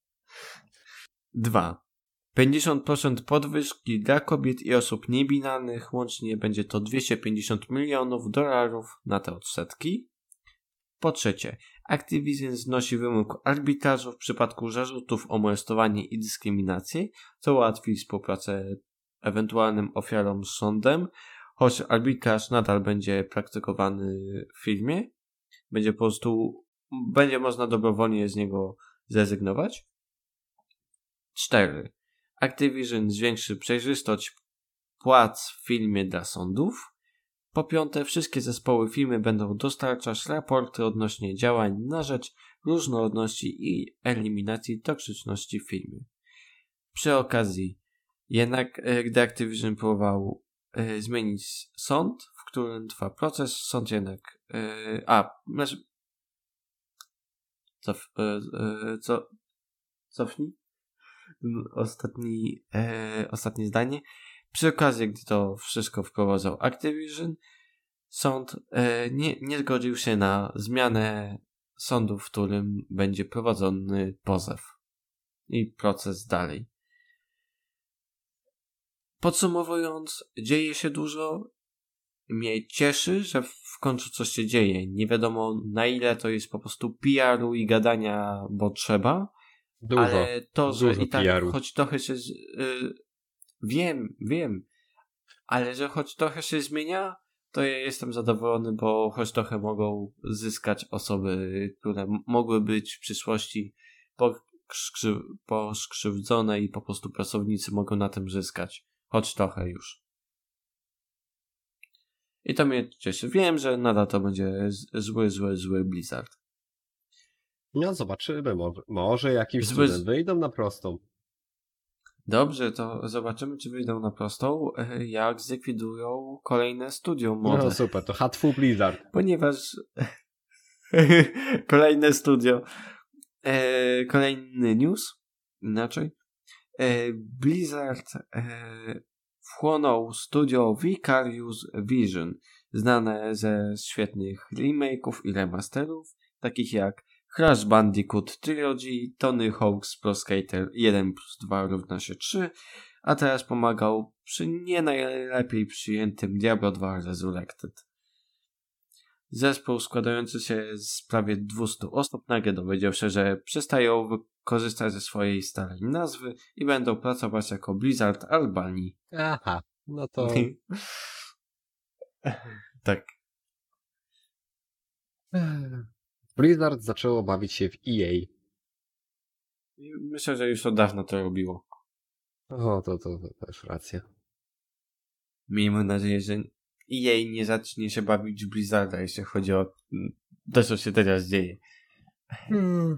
Dwa. pięćdziesiąt procent podwyżki dla kobiet i osób niebinarnych. Łącznie będzie to dwieście pięćdziesiąt milionów dolarów na te odsetki. Po trzecie, Activision znosi wymóg arbitrażu w przypadku zarzutów o molestowanie i dyskryminację, co ułatwi współpracę ewentualnym ofiarom z sądem, choć arbitraż nadal będzie praktykowany w firmie. Będzie po prostu, będzie można dobrowolnie z niego zrezygnować. cztery. Activision zwiększy przejrzystość płac w firmie dla sądów. Po piąte, wszystkie zespoły firmy będą dostarczać raporty odnośnie działań na rzecz różnorodności i eliminacji toksyczności w firmie. Przy okazji, jednak gdy Activision próbował e, zmienić sąd, w którym trwa proces, sąd jednak e, a, znaczy cof, e, e, co cofnij ostatni e, ostatnie zdanie. Przy okazji, gdy to wszystko wprowadzał Activision, sąd e, nie, nie zgodził się na zmianę sądu, w którym będzie prowadzony pozew i proces dalej. Podsumowując, dzieje się dużo. Mnie cieszy, że w końcu coś się dzieje. Nie wiadomo, na ile to jest po prostu P R-u i gadania, bo trzeba. Dużo, ale to, że dużo i tak P R-u. choć trochę się z, y, wiem, wiem, ale że choć trochę się zmienia, to ja jestem zadowolony, bo choć trochę mogą zyskać osoby, które m- mogły być w przyszłości poskrzy- poskrzywdzone i po prostu pracownicy mogą na tym zyskać. Choć trochę już. I to mnie cieszy. Wiem, że nadal to będzie z- zły, zły, zły Blizzard. No zobaczymy, może, może jakimś Zły- cudem wyjdą na prostą. Dobrze, to zobaczymy, czy wyjdą na prostą, e, jak zlikwidują kolejne studio mode. No super, to Hatfu Blizzard. Ponieważ kolejne studio, e, kolejny news, inaczej, e, Blizzard e, wchłonął studio Vicarious Vision, znane ze świetnych remake'ów i remasterów, takich jak Crash Bandicoot Trilogy, Tony Hawk's Pro Skater jeden plus dwa równa się trzy, a teraz pomagał przy nie najlepiej przyjętym Diablo dwa Resurrected. Zespół składający się z prawie dwieście osób nagle dowiedział się, że przestają korzystać ze swojej starej nazwy i będą pracować jako Blizzard Albanii. Aha, no to... Tak. Blizzard zaczęło bawić się w E A. Myślę, że już od dawna to robiło. O, to, to, to też racja. Miejmy nadzieję, że E A nie zacznie się bawić w Blizzarda, jeśli chodzi o to, co się teraz dzieje. Hmm.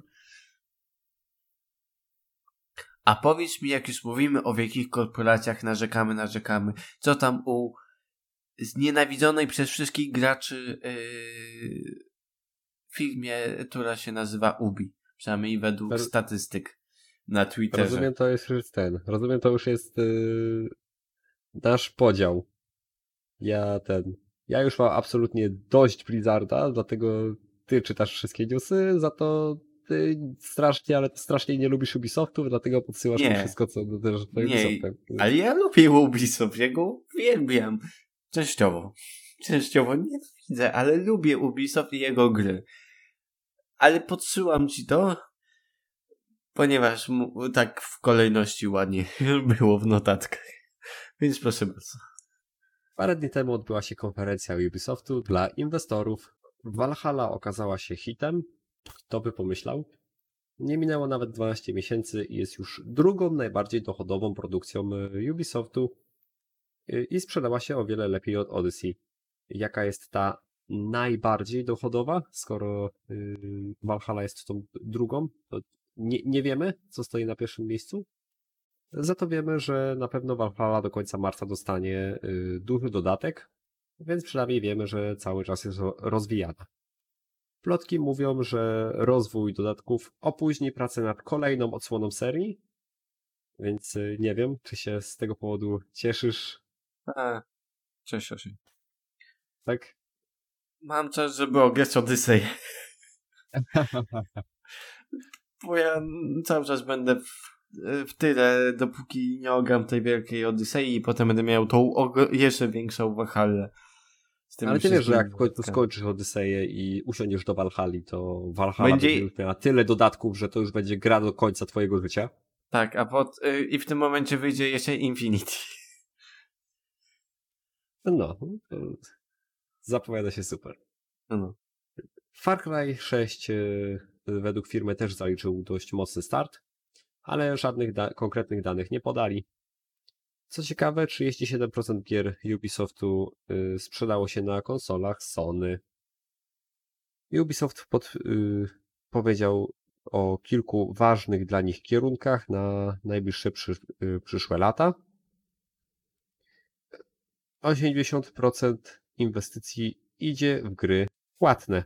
A powiedz mi, jak już mówimy o wielkich korporacjach, narzekamy, narzekamy, co tam u znienawidzonej przez wszystkich graczy yy, firmie, która się nazywa Ubi. Przynajmniej według Roz... statystyk na Twitterze. Rozumiem, to jest już ten. Rozumiem, to już jest yy, nasz podział. Ja ten. Ja już mam absolutnie dość Blizzarda, dlatego ty czytasz wszystkie newsy, za to ty strasznie, ale strasznie nie lubisz Ubisoftu, dlatego podsyłasz nie. mi wszystko, co dotyczy Ubisoftem. Ale ja lubię Ubisoft, ja go uwielbiam. Częściowo. Częściowo nie widzę, ale lubię Ubisoft i jego gry. Ale podsyłam ci to, ponieważ mu, tak w kolejności ładnie było w notatkach. Więc proszę bardzo. Parę dni temu odbyła się konferencja Ubisoftu dla inwestorów. Valhalla okazała się hitem. Kto by pomyślał? Nie minęło nawet dwanaście miesięcy i jest już drugą najbardziej dochodową produkcją Ubisoftu i sprzedała się o wiele lepiej od Odyssey. Jaka jest ta najbardziej dochodowa, skoro Valhalla jest tą drugą? To nie, nie wiemy, co stoi na pierwszym miejscu. Za to wiemy, że na pewno Valhalla do końca marca dostanie duży dodatek, więc przynajmniej wiemy, że cały czas jest rozwijana. Plotki mówią, że rozwój dodatków opóźni pracę nad kolejną odsłoną serii, więc nie wiem, czy się z tego powodu cieszysz. A, cieszę się. Tak? Mam czas, żeby ograć Odyssey. Bo ja cały czas będę w, w tyle, dopóki nie ogram tej wielkiej Odysei i potem będę miał tą jeszcze większą Valhallę. Ale ty wiesz, że jak w końcu skończysz Odyseję i usiądziesz do Valhalli, to Valhalla będzie... będzie już miała tyle dodatków, że to już będzie gra do końca twojego życia. Tak, a pod, yy, i w tym momencie wyjdzie jeszcze Infinity. No, zapowiada się super. No. Far Cry sześć yy, według firmy też zaliczył dość mocny start, ale żadnych da- konkretnych danych nie podali. Co ciekawe, trzydzieści siedem procent gier Ubisoftu yy, sprzedało się na konsolach Sony. Ubisoft pod, yy, powiedział o kilku ważnych dla nich kierunkach na najbliższe przy, yy, przyszłe lata. osiemdziesiąt procent inwestycji idzie w gry płatne,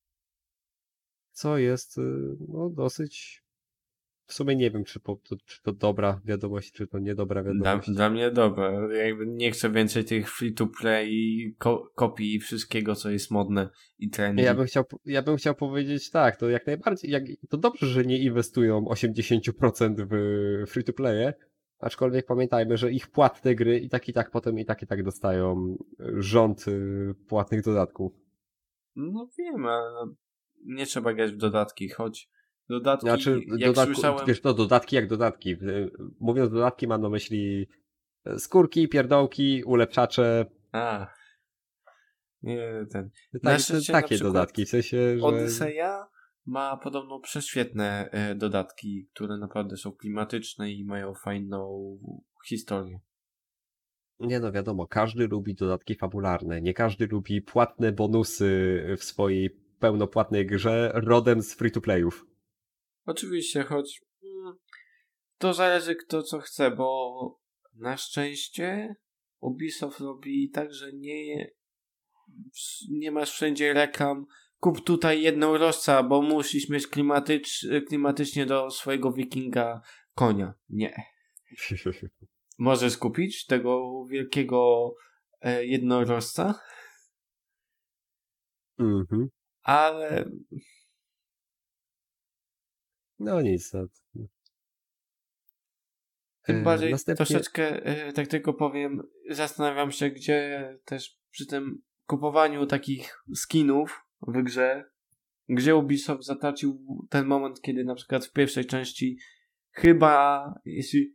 co jest yy, no, dosyć... W sumie nie wiem, czy, po, to, czy to dobra wiadomość, czy to niedobra wiadomość. Dla, dla mnie dobra. Jakby nie chcę więcej tych free-to-play i ko- kopii i wszystkiego, co jest modne i trendy. Ja bym chciał, ja bym chciał powiedzieć tak, to jak najbardziej, jak, to dobrze, że nie inwestują osiemdziesiąt procent w free-to-playe, aczkolwiek pamiętajmy, że ich płatne gry i tak i tak potem i tak i tak dostają rząd płatnych dodatków. No wiem, ale nie trzeba grać w dodatki, choć dodatki, znaczy, jak dodatku, słyszałem... Wiesz, no dodatki jak dodatki. Mówiąc dodatki mam na myśli skórki, pierdołki, ulepszacze. A, nie ten... Tak, takie dodatki, w sensie, że... Odyseja ma podobno prześwietne e, dodatki, które naprawdę są klimatyczne i mają fajną historię. Nie no, wiadomo, każdy lubi dodatki fabularne, nie każdy lubi płatne bonusy w swojej pełnopłatnej grze rodem z free-to-playów. Oczywiście, choć mm, to zależy kto co chce, bo na szczęście Ubisoft robi tak, że nie, nie masz wszędzie reklam, kup tutaj jednorożca, bo musisz mieć klimatycz, klimatycznie do swojego wikinga konia. Nie. Możesz kupić tego wielkiego e, jednorożca, mhm. ale no nic. No. Tym bardziej Następnie... troszeczkę, e, tak tylko powiem, zastanawiam się, gdzie też przy tym kupowaniu takich skinów w grze, gdzie Ubisoft zatracił ten moment, kiedy na przykład w pierwszej części chyba, jeśli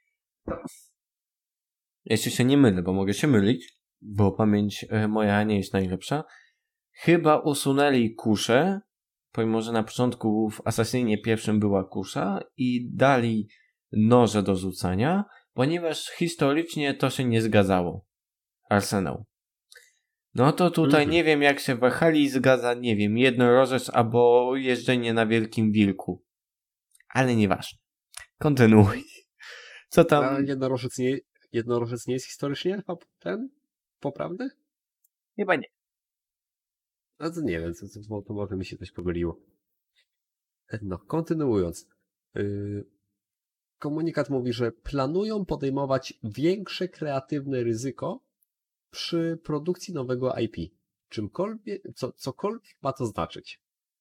jeśli się nie mylę, bo mogę się mylić, bo pamięć e, moja nie jest najlepsza, chyba usunęli kuszę, pomimo że na początku w Assassinie pierwszym była kusza i dali noże do rzucania, ponieważ historycznie to się nie zgadzało. Arsenał. No to tutaj mm-hmm. nie wiem jak się w Valhalli zgadza, nie wiem, jednorożec albo jeżdżenie na wielkim wilku. Ale nieważne. Kontynuuj. Co tam? A jednorożec nie, jednorożec nie jest historycznie ten? Poprawny? Chyba nie. No to nie wiem, to, to, to może mi się coś pomyliło. No, kontynuując. Yy, komunikat mówi, że planują podejmować większe kreatywne ryzyko przy produkcji nowego I P. Czymkolwiek, co, cokolwiek ma to znaczyć.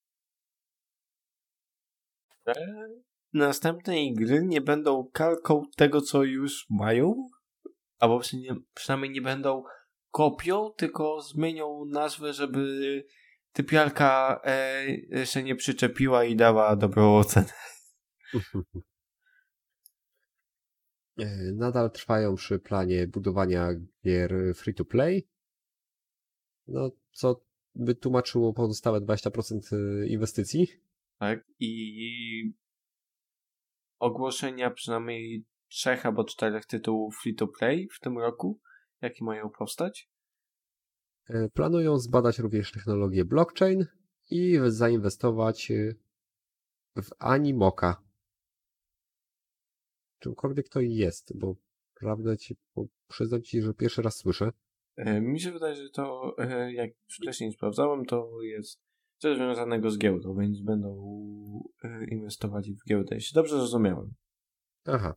Następne gry nie będą kalką tego, co już mają? Albo przynajmniej nie będą kopią, tylko zmienią nazwę, żeby typiarka e, się nie przyczepiła i dała dobrą ocenę. Nadal trwają przy planie budowania gier free-to-play, no, co by tłumaczyło pozostałe dwadzieścia procent inwestycji. Tak, i ogłoszenia przynajmniej trzech albo czterech tytułów free-to-play w tym roku, jakie mają powstać. Planują zbadać również technologię blockchain i zainwestować w Animoca. Czymkolwiek to jest, bo prawdę ci, bo przyznam ci, że pierwszy raz słyszę. Mi się wydaje, że to, jak wcześniej sprawdzałem, to jest coś związanego z giełdą, więc będą inwestowali w giełdę, jeśli dobrze zrozumiałem. Aha.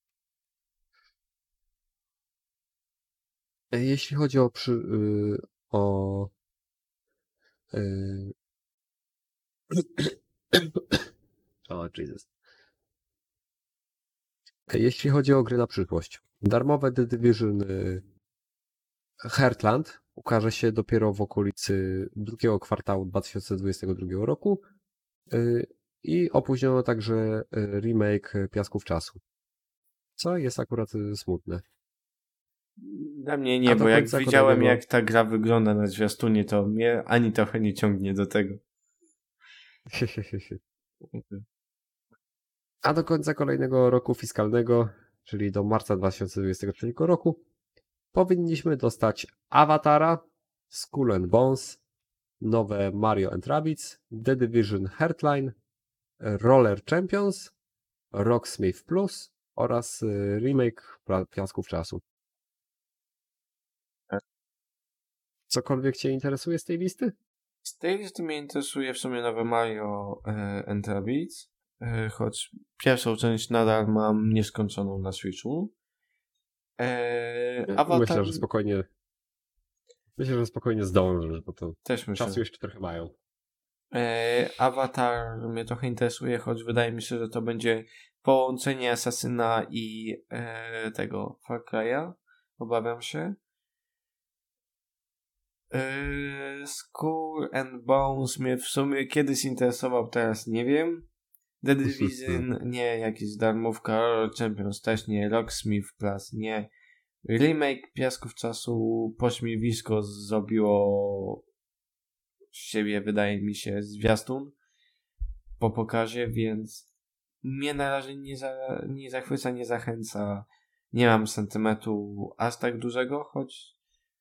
Jeśli chodzi o przy, yy, o yy... o Jesus. Jeśli chodzi o gry na przyszłość, darmowe The Division yy, Heartland ukaże się dopiero w okolicy drugiego kwartału dwa tysiące dwudziestego drugiego roku yy, i opóźniono także remake Piasków Czasu, co jest akurat smutne. Dla mnie nie, bo jak widziałem kolejnego... jak ta gra wygląda na zwiastunie, to mnie ani trochę nie ciągnie do tego. A do końca kolejnego roku fiskalnego, czyli do marca dwa tysiące dwudziestego trzeciego roku, powinniśmy dostać Awatara, Skull and Bones, nowe Mario and Rabbids, The Division Heartline, Roller Champions, Rocksmith Plus oraz remake Piasków Czasu. Cokolwiek cię interesuje z tej listy? Z tej listy mnie interesuje w sumie nowe Mario and Rabbids, choć pierwszą część nadal mam nieskończoną na Switchu. Eee, Avatar... Myślę, że spokojnie myślę, że spokojnie zdążysz, bo to też myślę. Czasu jeszcze trochę mają. Eee, Avatar mnie trochę interesuje, choć wydaje mi się, że to będzie połączenie Asasyna i e, tego Far Cry'a. Obawiam się. Eee, Skull and Bones mnie w sumie kiedyś interesował, teraz nie wiem. The Division nie, jakiś darmówka, Roller Champions też nie, Rocksmith Plus nie. Remake Piasków Czasu pośmiewisko zrobiło z siebie, wydaje mi się, zwiastun po pokazie, więc mnie na razie nie, za, nie zachwyca, nie zachęca. Nie mam sentymentu aż tak dużego, choć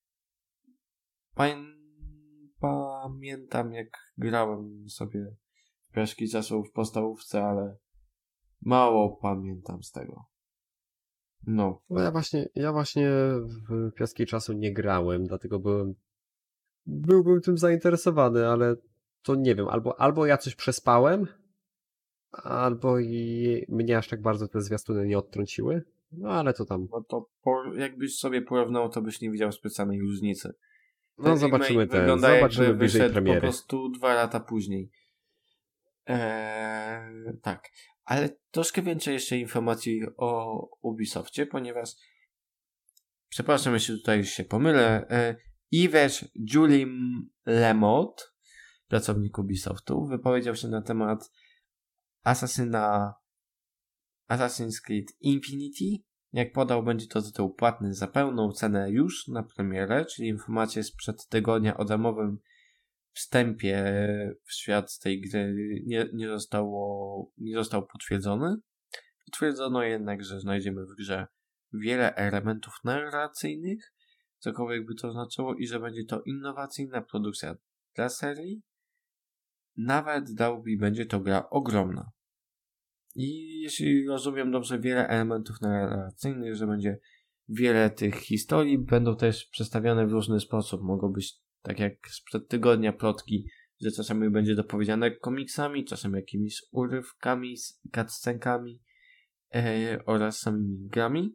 pamiętam jak grałem sobie w Piaski Czasu w podstawówce, ale mało pamiętam z tego. No. No ja właśnie, ja właśnie w Piaski Czasu nie grałem, dlatego byłem byłbym tym zainteresowany, ale to nie wiem, albo, albo ja coś przespałem, albo i mnie aż tak bardzo te zwiastuny nie odtrąciły, no ale to tam. No to po, jakbyś sobie porównał, to byś nie widział specjalnej różnicy. Ten no zobaczymy ten, zobaczymy bliżej premiery. Po prostu dwa lata później. Eee, tak, ale troszkę więcej jeszcze informacji o Ubisoftie, ponieważ przepraszam, jeśli tutaj się pomylę. Eee, Yves Julim Lemot, pracownik Ubisoftu, wypowiedział się na temat Assassina Assassin's Creed Infinity. Jak podał, będzie to tytuł płatny za pełną cenę już na premierę, czyli informacje sprzed tygodnia o darmowym wstępie w świat tej gry nie, nie, zostało, nie został potwierdzony. Potwierdzono jednak, że znajdziemy w grze wiele elementów narracyjnych, cokolwiek by to znaczyło, i że będzie to innowacyjna produkcja dla serii. Nawet dałby będzie to gra ogromna. I jeśli rozumiem dobrze, wiele elementów narracyjnych, że będzie wiele tych historii, będą też przedstawiane w różny sposób. Mogą być tak jak sprzed tygodnia plotki, że czasami będzie dopowiedziane komiksami, czasem jakimiś urywkami, cutscenkami e, oraz samymi grami.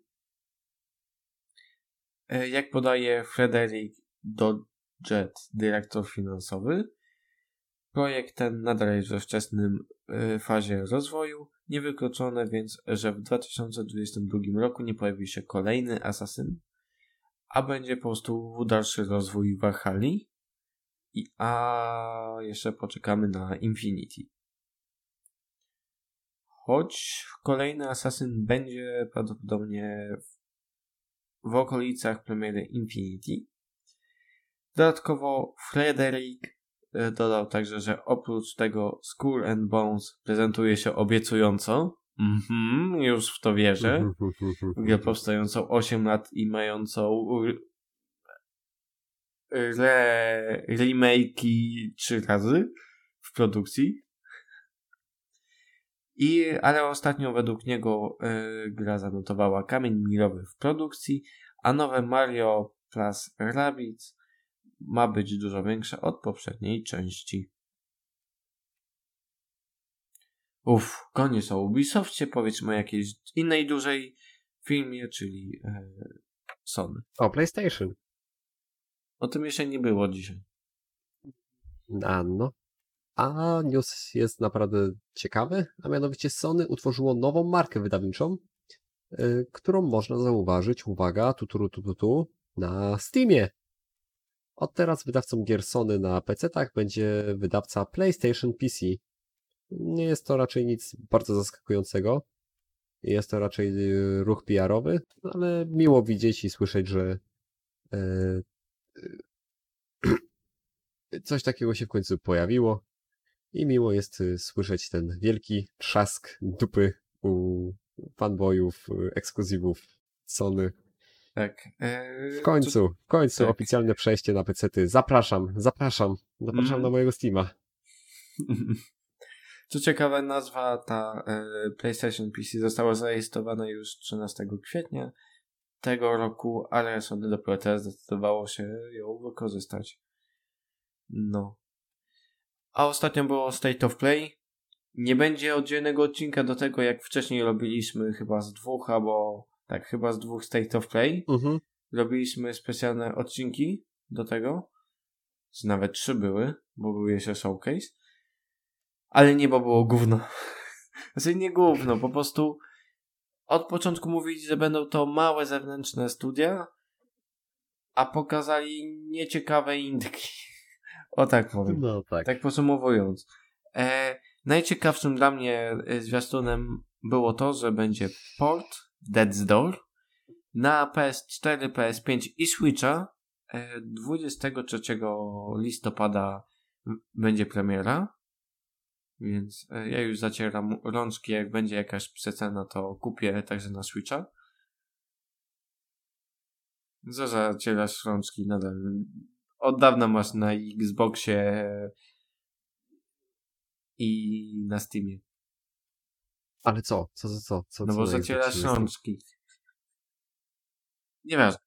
E, jak podaje Frederick Dodgett, dyrektor finansowy, projekt ten nadal jest we wczesnym e, fazie rozwoju. Niewykluczone więc, że w dwa tysiące dwudziestym drugim roku nie pojawi się kolejny Assassin, a będzie po prostu dalszy rozwój Valhalli, i a jeszcze poczekamy na Infinity. choć kolejny Assassin będzie prawdopodobnie w, w okolicach premiery Infinity. Dodatkowo Frederick dodał także, że oprócz tego Skull and Bones prezentuje się obiecująco. Mhm, już w to wierzę. Grę powstającą osiem lat i mającą re, remake'i trzy razy w produkcji. I, ale ostatnio według niego y, gra zanotowała kamień milowy w produkcji, a nowe Mario plus Rabbids ma być dużo większe od poprzedniej części. Uff, koniec o Ubisoftie, powiedzmy o jakiejś innej dużej filmie, czyli e, Sony. O, PlayStation. O tym jeszcze nie było dzisiaj. A no. A news jest naprawdę ciekawy, a mianowicie Sony utworzyło nową markę wydawniczą, yy, którą można zauważyć, uwaga, tu, tu, tu, tu, tu, na Steamie. Od teraz wydawcą gier Sony na pecetach będzie wydawca PlayStation P C. Nie jest to raczej nic bardzo zaskakującego. Jest to raczej ruch P R-owy, ale miło widzieć i słyszeć, że yy, yy, coś takiego się w końcu pojawiło. I miło jest słyszeć ten wielki trzask dupy u fanboyów, ekskluzywów Sony. Tak. E, w końcu, w końcu tak. oficjalne przejście na pecety. Zapraszam, zapraszam, zapraszam mm. na mojego Steama. Co ciekawe, nazwa ta e, PlayStation P C została zarejestrowana już trzynastego kwietnia tego roku, ale Sony dopiero teraz zdecydowało się ją wykorzystać. No. A ostatnio było State of Play. Nie będzie oddzielnego odcinka do tego, jak wcześniej robiliśmy chyba z dwóch, albo tak, chyba z dwóch State of Play. Uh-huh. Robiliśmy specjalne odcinki do tego. Czy nawet trzy były, bo był jeszcze showcase. Ale nie, bo było gówno. Znaczy nie gówno, po prostu od początku mówili, że będą to małe zewnętrzne studia, a pokazali nieciekawe indyki. O tak powiem. No tak. Tak podsumowując. E, najciekawszym dla mnie zwiastunem było to, że będzie port Death's Door na P S cztery, P S pięć i Switcha. E, dwudziestego trzeciego listopada będzie premiera. Więc e, ja już zacieram rączki, jak będzie jakaś przecena, to kupię także na Switcha. Co zacierasz rączki nadal? Od dawna masz na Xboxie i na Steamie. Ale co? Co, co, co? co no co bo zacierasz rączki. Nieważne.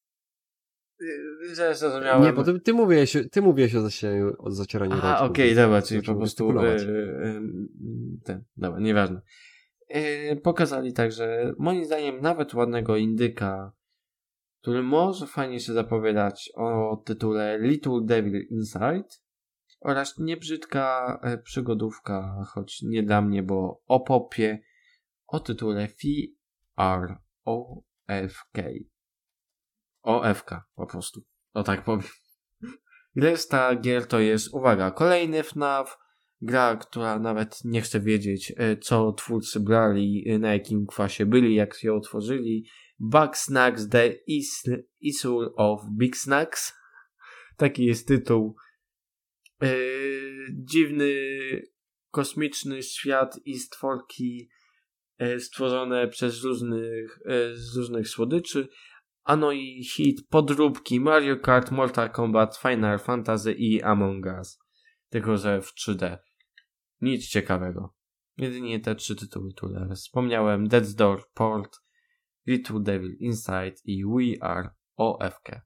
Że zrozumiałem. Nie, bo ty, ty mówiłeś, ty mówiłeś o zacieraniu, o zacieraniu rączki. A, okej, okay, dobra, czyli po prostu yy, yy, ten, dobra, nieważne. Yy, pokazali także, moim zdaniem, nawet ładnego indyka, który może fajnie się zapowiadać o tytule Little Devil Inside oraz niebrzydka przygodówka, choć nie dla mnie, bo o popie, o tytule F R O F K. O F K po prostu. O tak powiem. Reszta gier to jest, uwaga, kolejny F NAF, gra, która nawet nie chce wiedzieć, co twórcy brali, na jakim kwasie byli, jak ją otworzyli. Bugsnax The Is- Issue of Big Snacks. Taki jest tytuł. Yy, dziwny, kosmiczny świat i stworki yy, stworzone przez różnych, yy, z różnych słodyczy. Ano i hit podróbki Mario Kart, Mortal Kombat, Final Fantasy i Among Us. Tylko że w trzy D. Nic ciekawego. Jedynie te trzy tytuły, które wspomniałem. Death's Door, Port, Little Devil Inside i We Are O F K.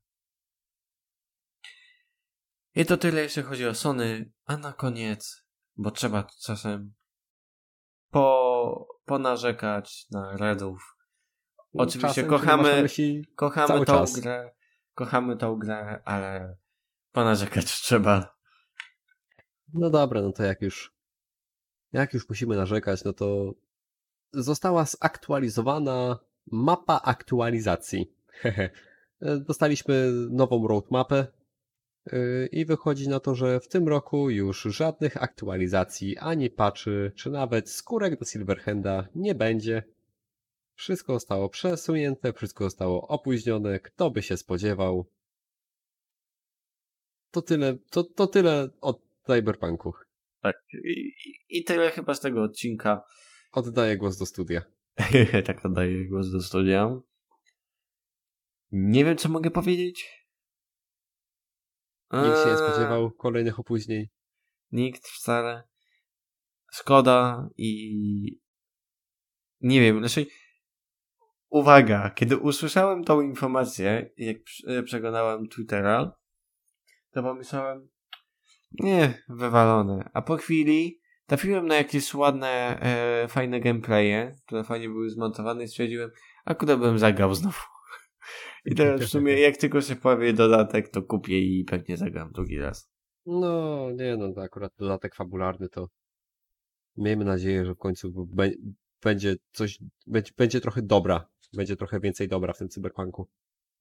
I to tyle, jeśli chodzi o Sony. A na koniec, bo trzeba czasem po, ponarzekać na Redów. Oczywiście czasem, kochamy, kochamy tą czas. grę, kochamy tą grę, ale ponarzekać trzeba. No dobra, no to jak już jak już musimy narzekać, no to została zaktualizowana mapa aktualizacji. Dostaliśmy nową roadmapę, Yy, I wychodzi na to, że w tym roku już żadnych aktualizacji, ani patchy, czy nawet skórek do Silverhanda nie będzie. Wszystko zostało przesunięte, wszystko zostało opóźnione, kto by się spodziewał. To tyle, to, to tyle od Cyberpunku. Tak. I, I tyle chyba z tego odcinka. Oddaję głos do studia. Tak oddaję głos do studia. Nie wiem, co mogę powiedzieć. Nikt się nie Eee, spodziewał kolejnych opóźnień. Nikt wcale. Szkoda i nie wiem, znaczy uwaga, kiedy usłyszałem tą informację, jak przeglądałem Twittera, to pomyślałem, nie, wywalone. A po chwili trafiłem na jakieś ładne, e, fajne gameplaye, które fajnie były zmontowane i stwierdziłem, akurat bym zagrał znowu. I teraz w sumie jak tylko się pojawi dodatek, to kupię i pewnie zagram drugi raz. No, nie no, to akurat dodatek fabularny to miejmy nadzieję, że w końcu b- będzie coś, będzie, będzie trochę dobra, będzie trochę więcej dobra w tym Cyberpunku.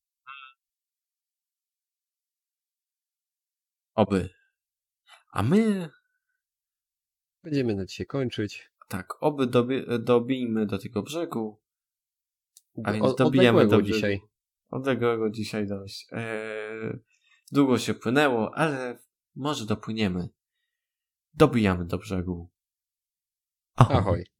Oby. A my, Będziemy na dzisiaj kończyć. tak, oby dobi- dobijmy do tego brzegu. A więc O, dobijamy do odległego brzegu. dzisiaj. Odległego dzisiaj dość. Eee, długo się płynęło, ale może dopłyniemy. Dobijamy do brzegu. Ahoj. Ahoj.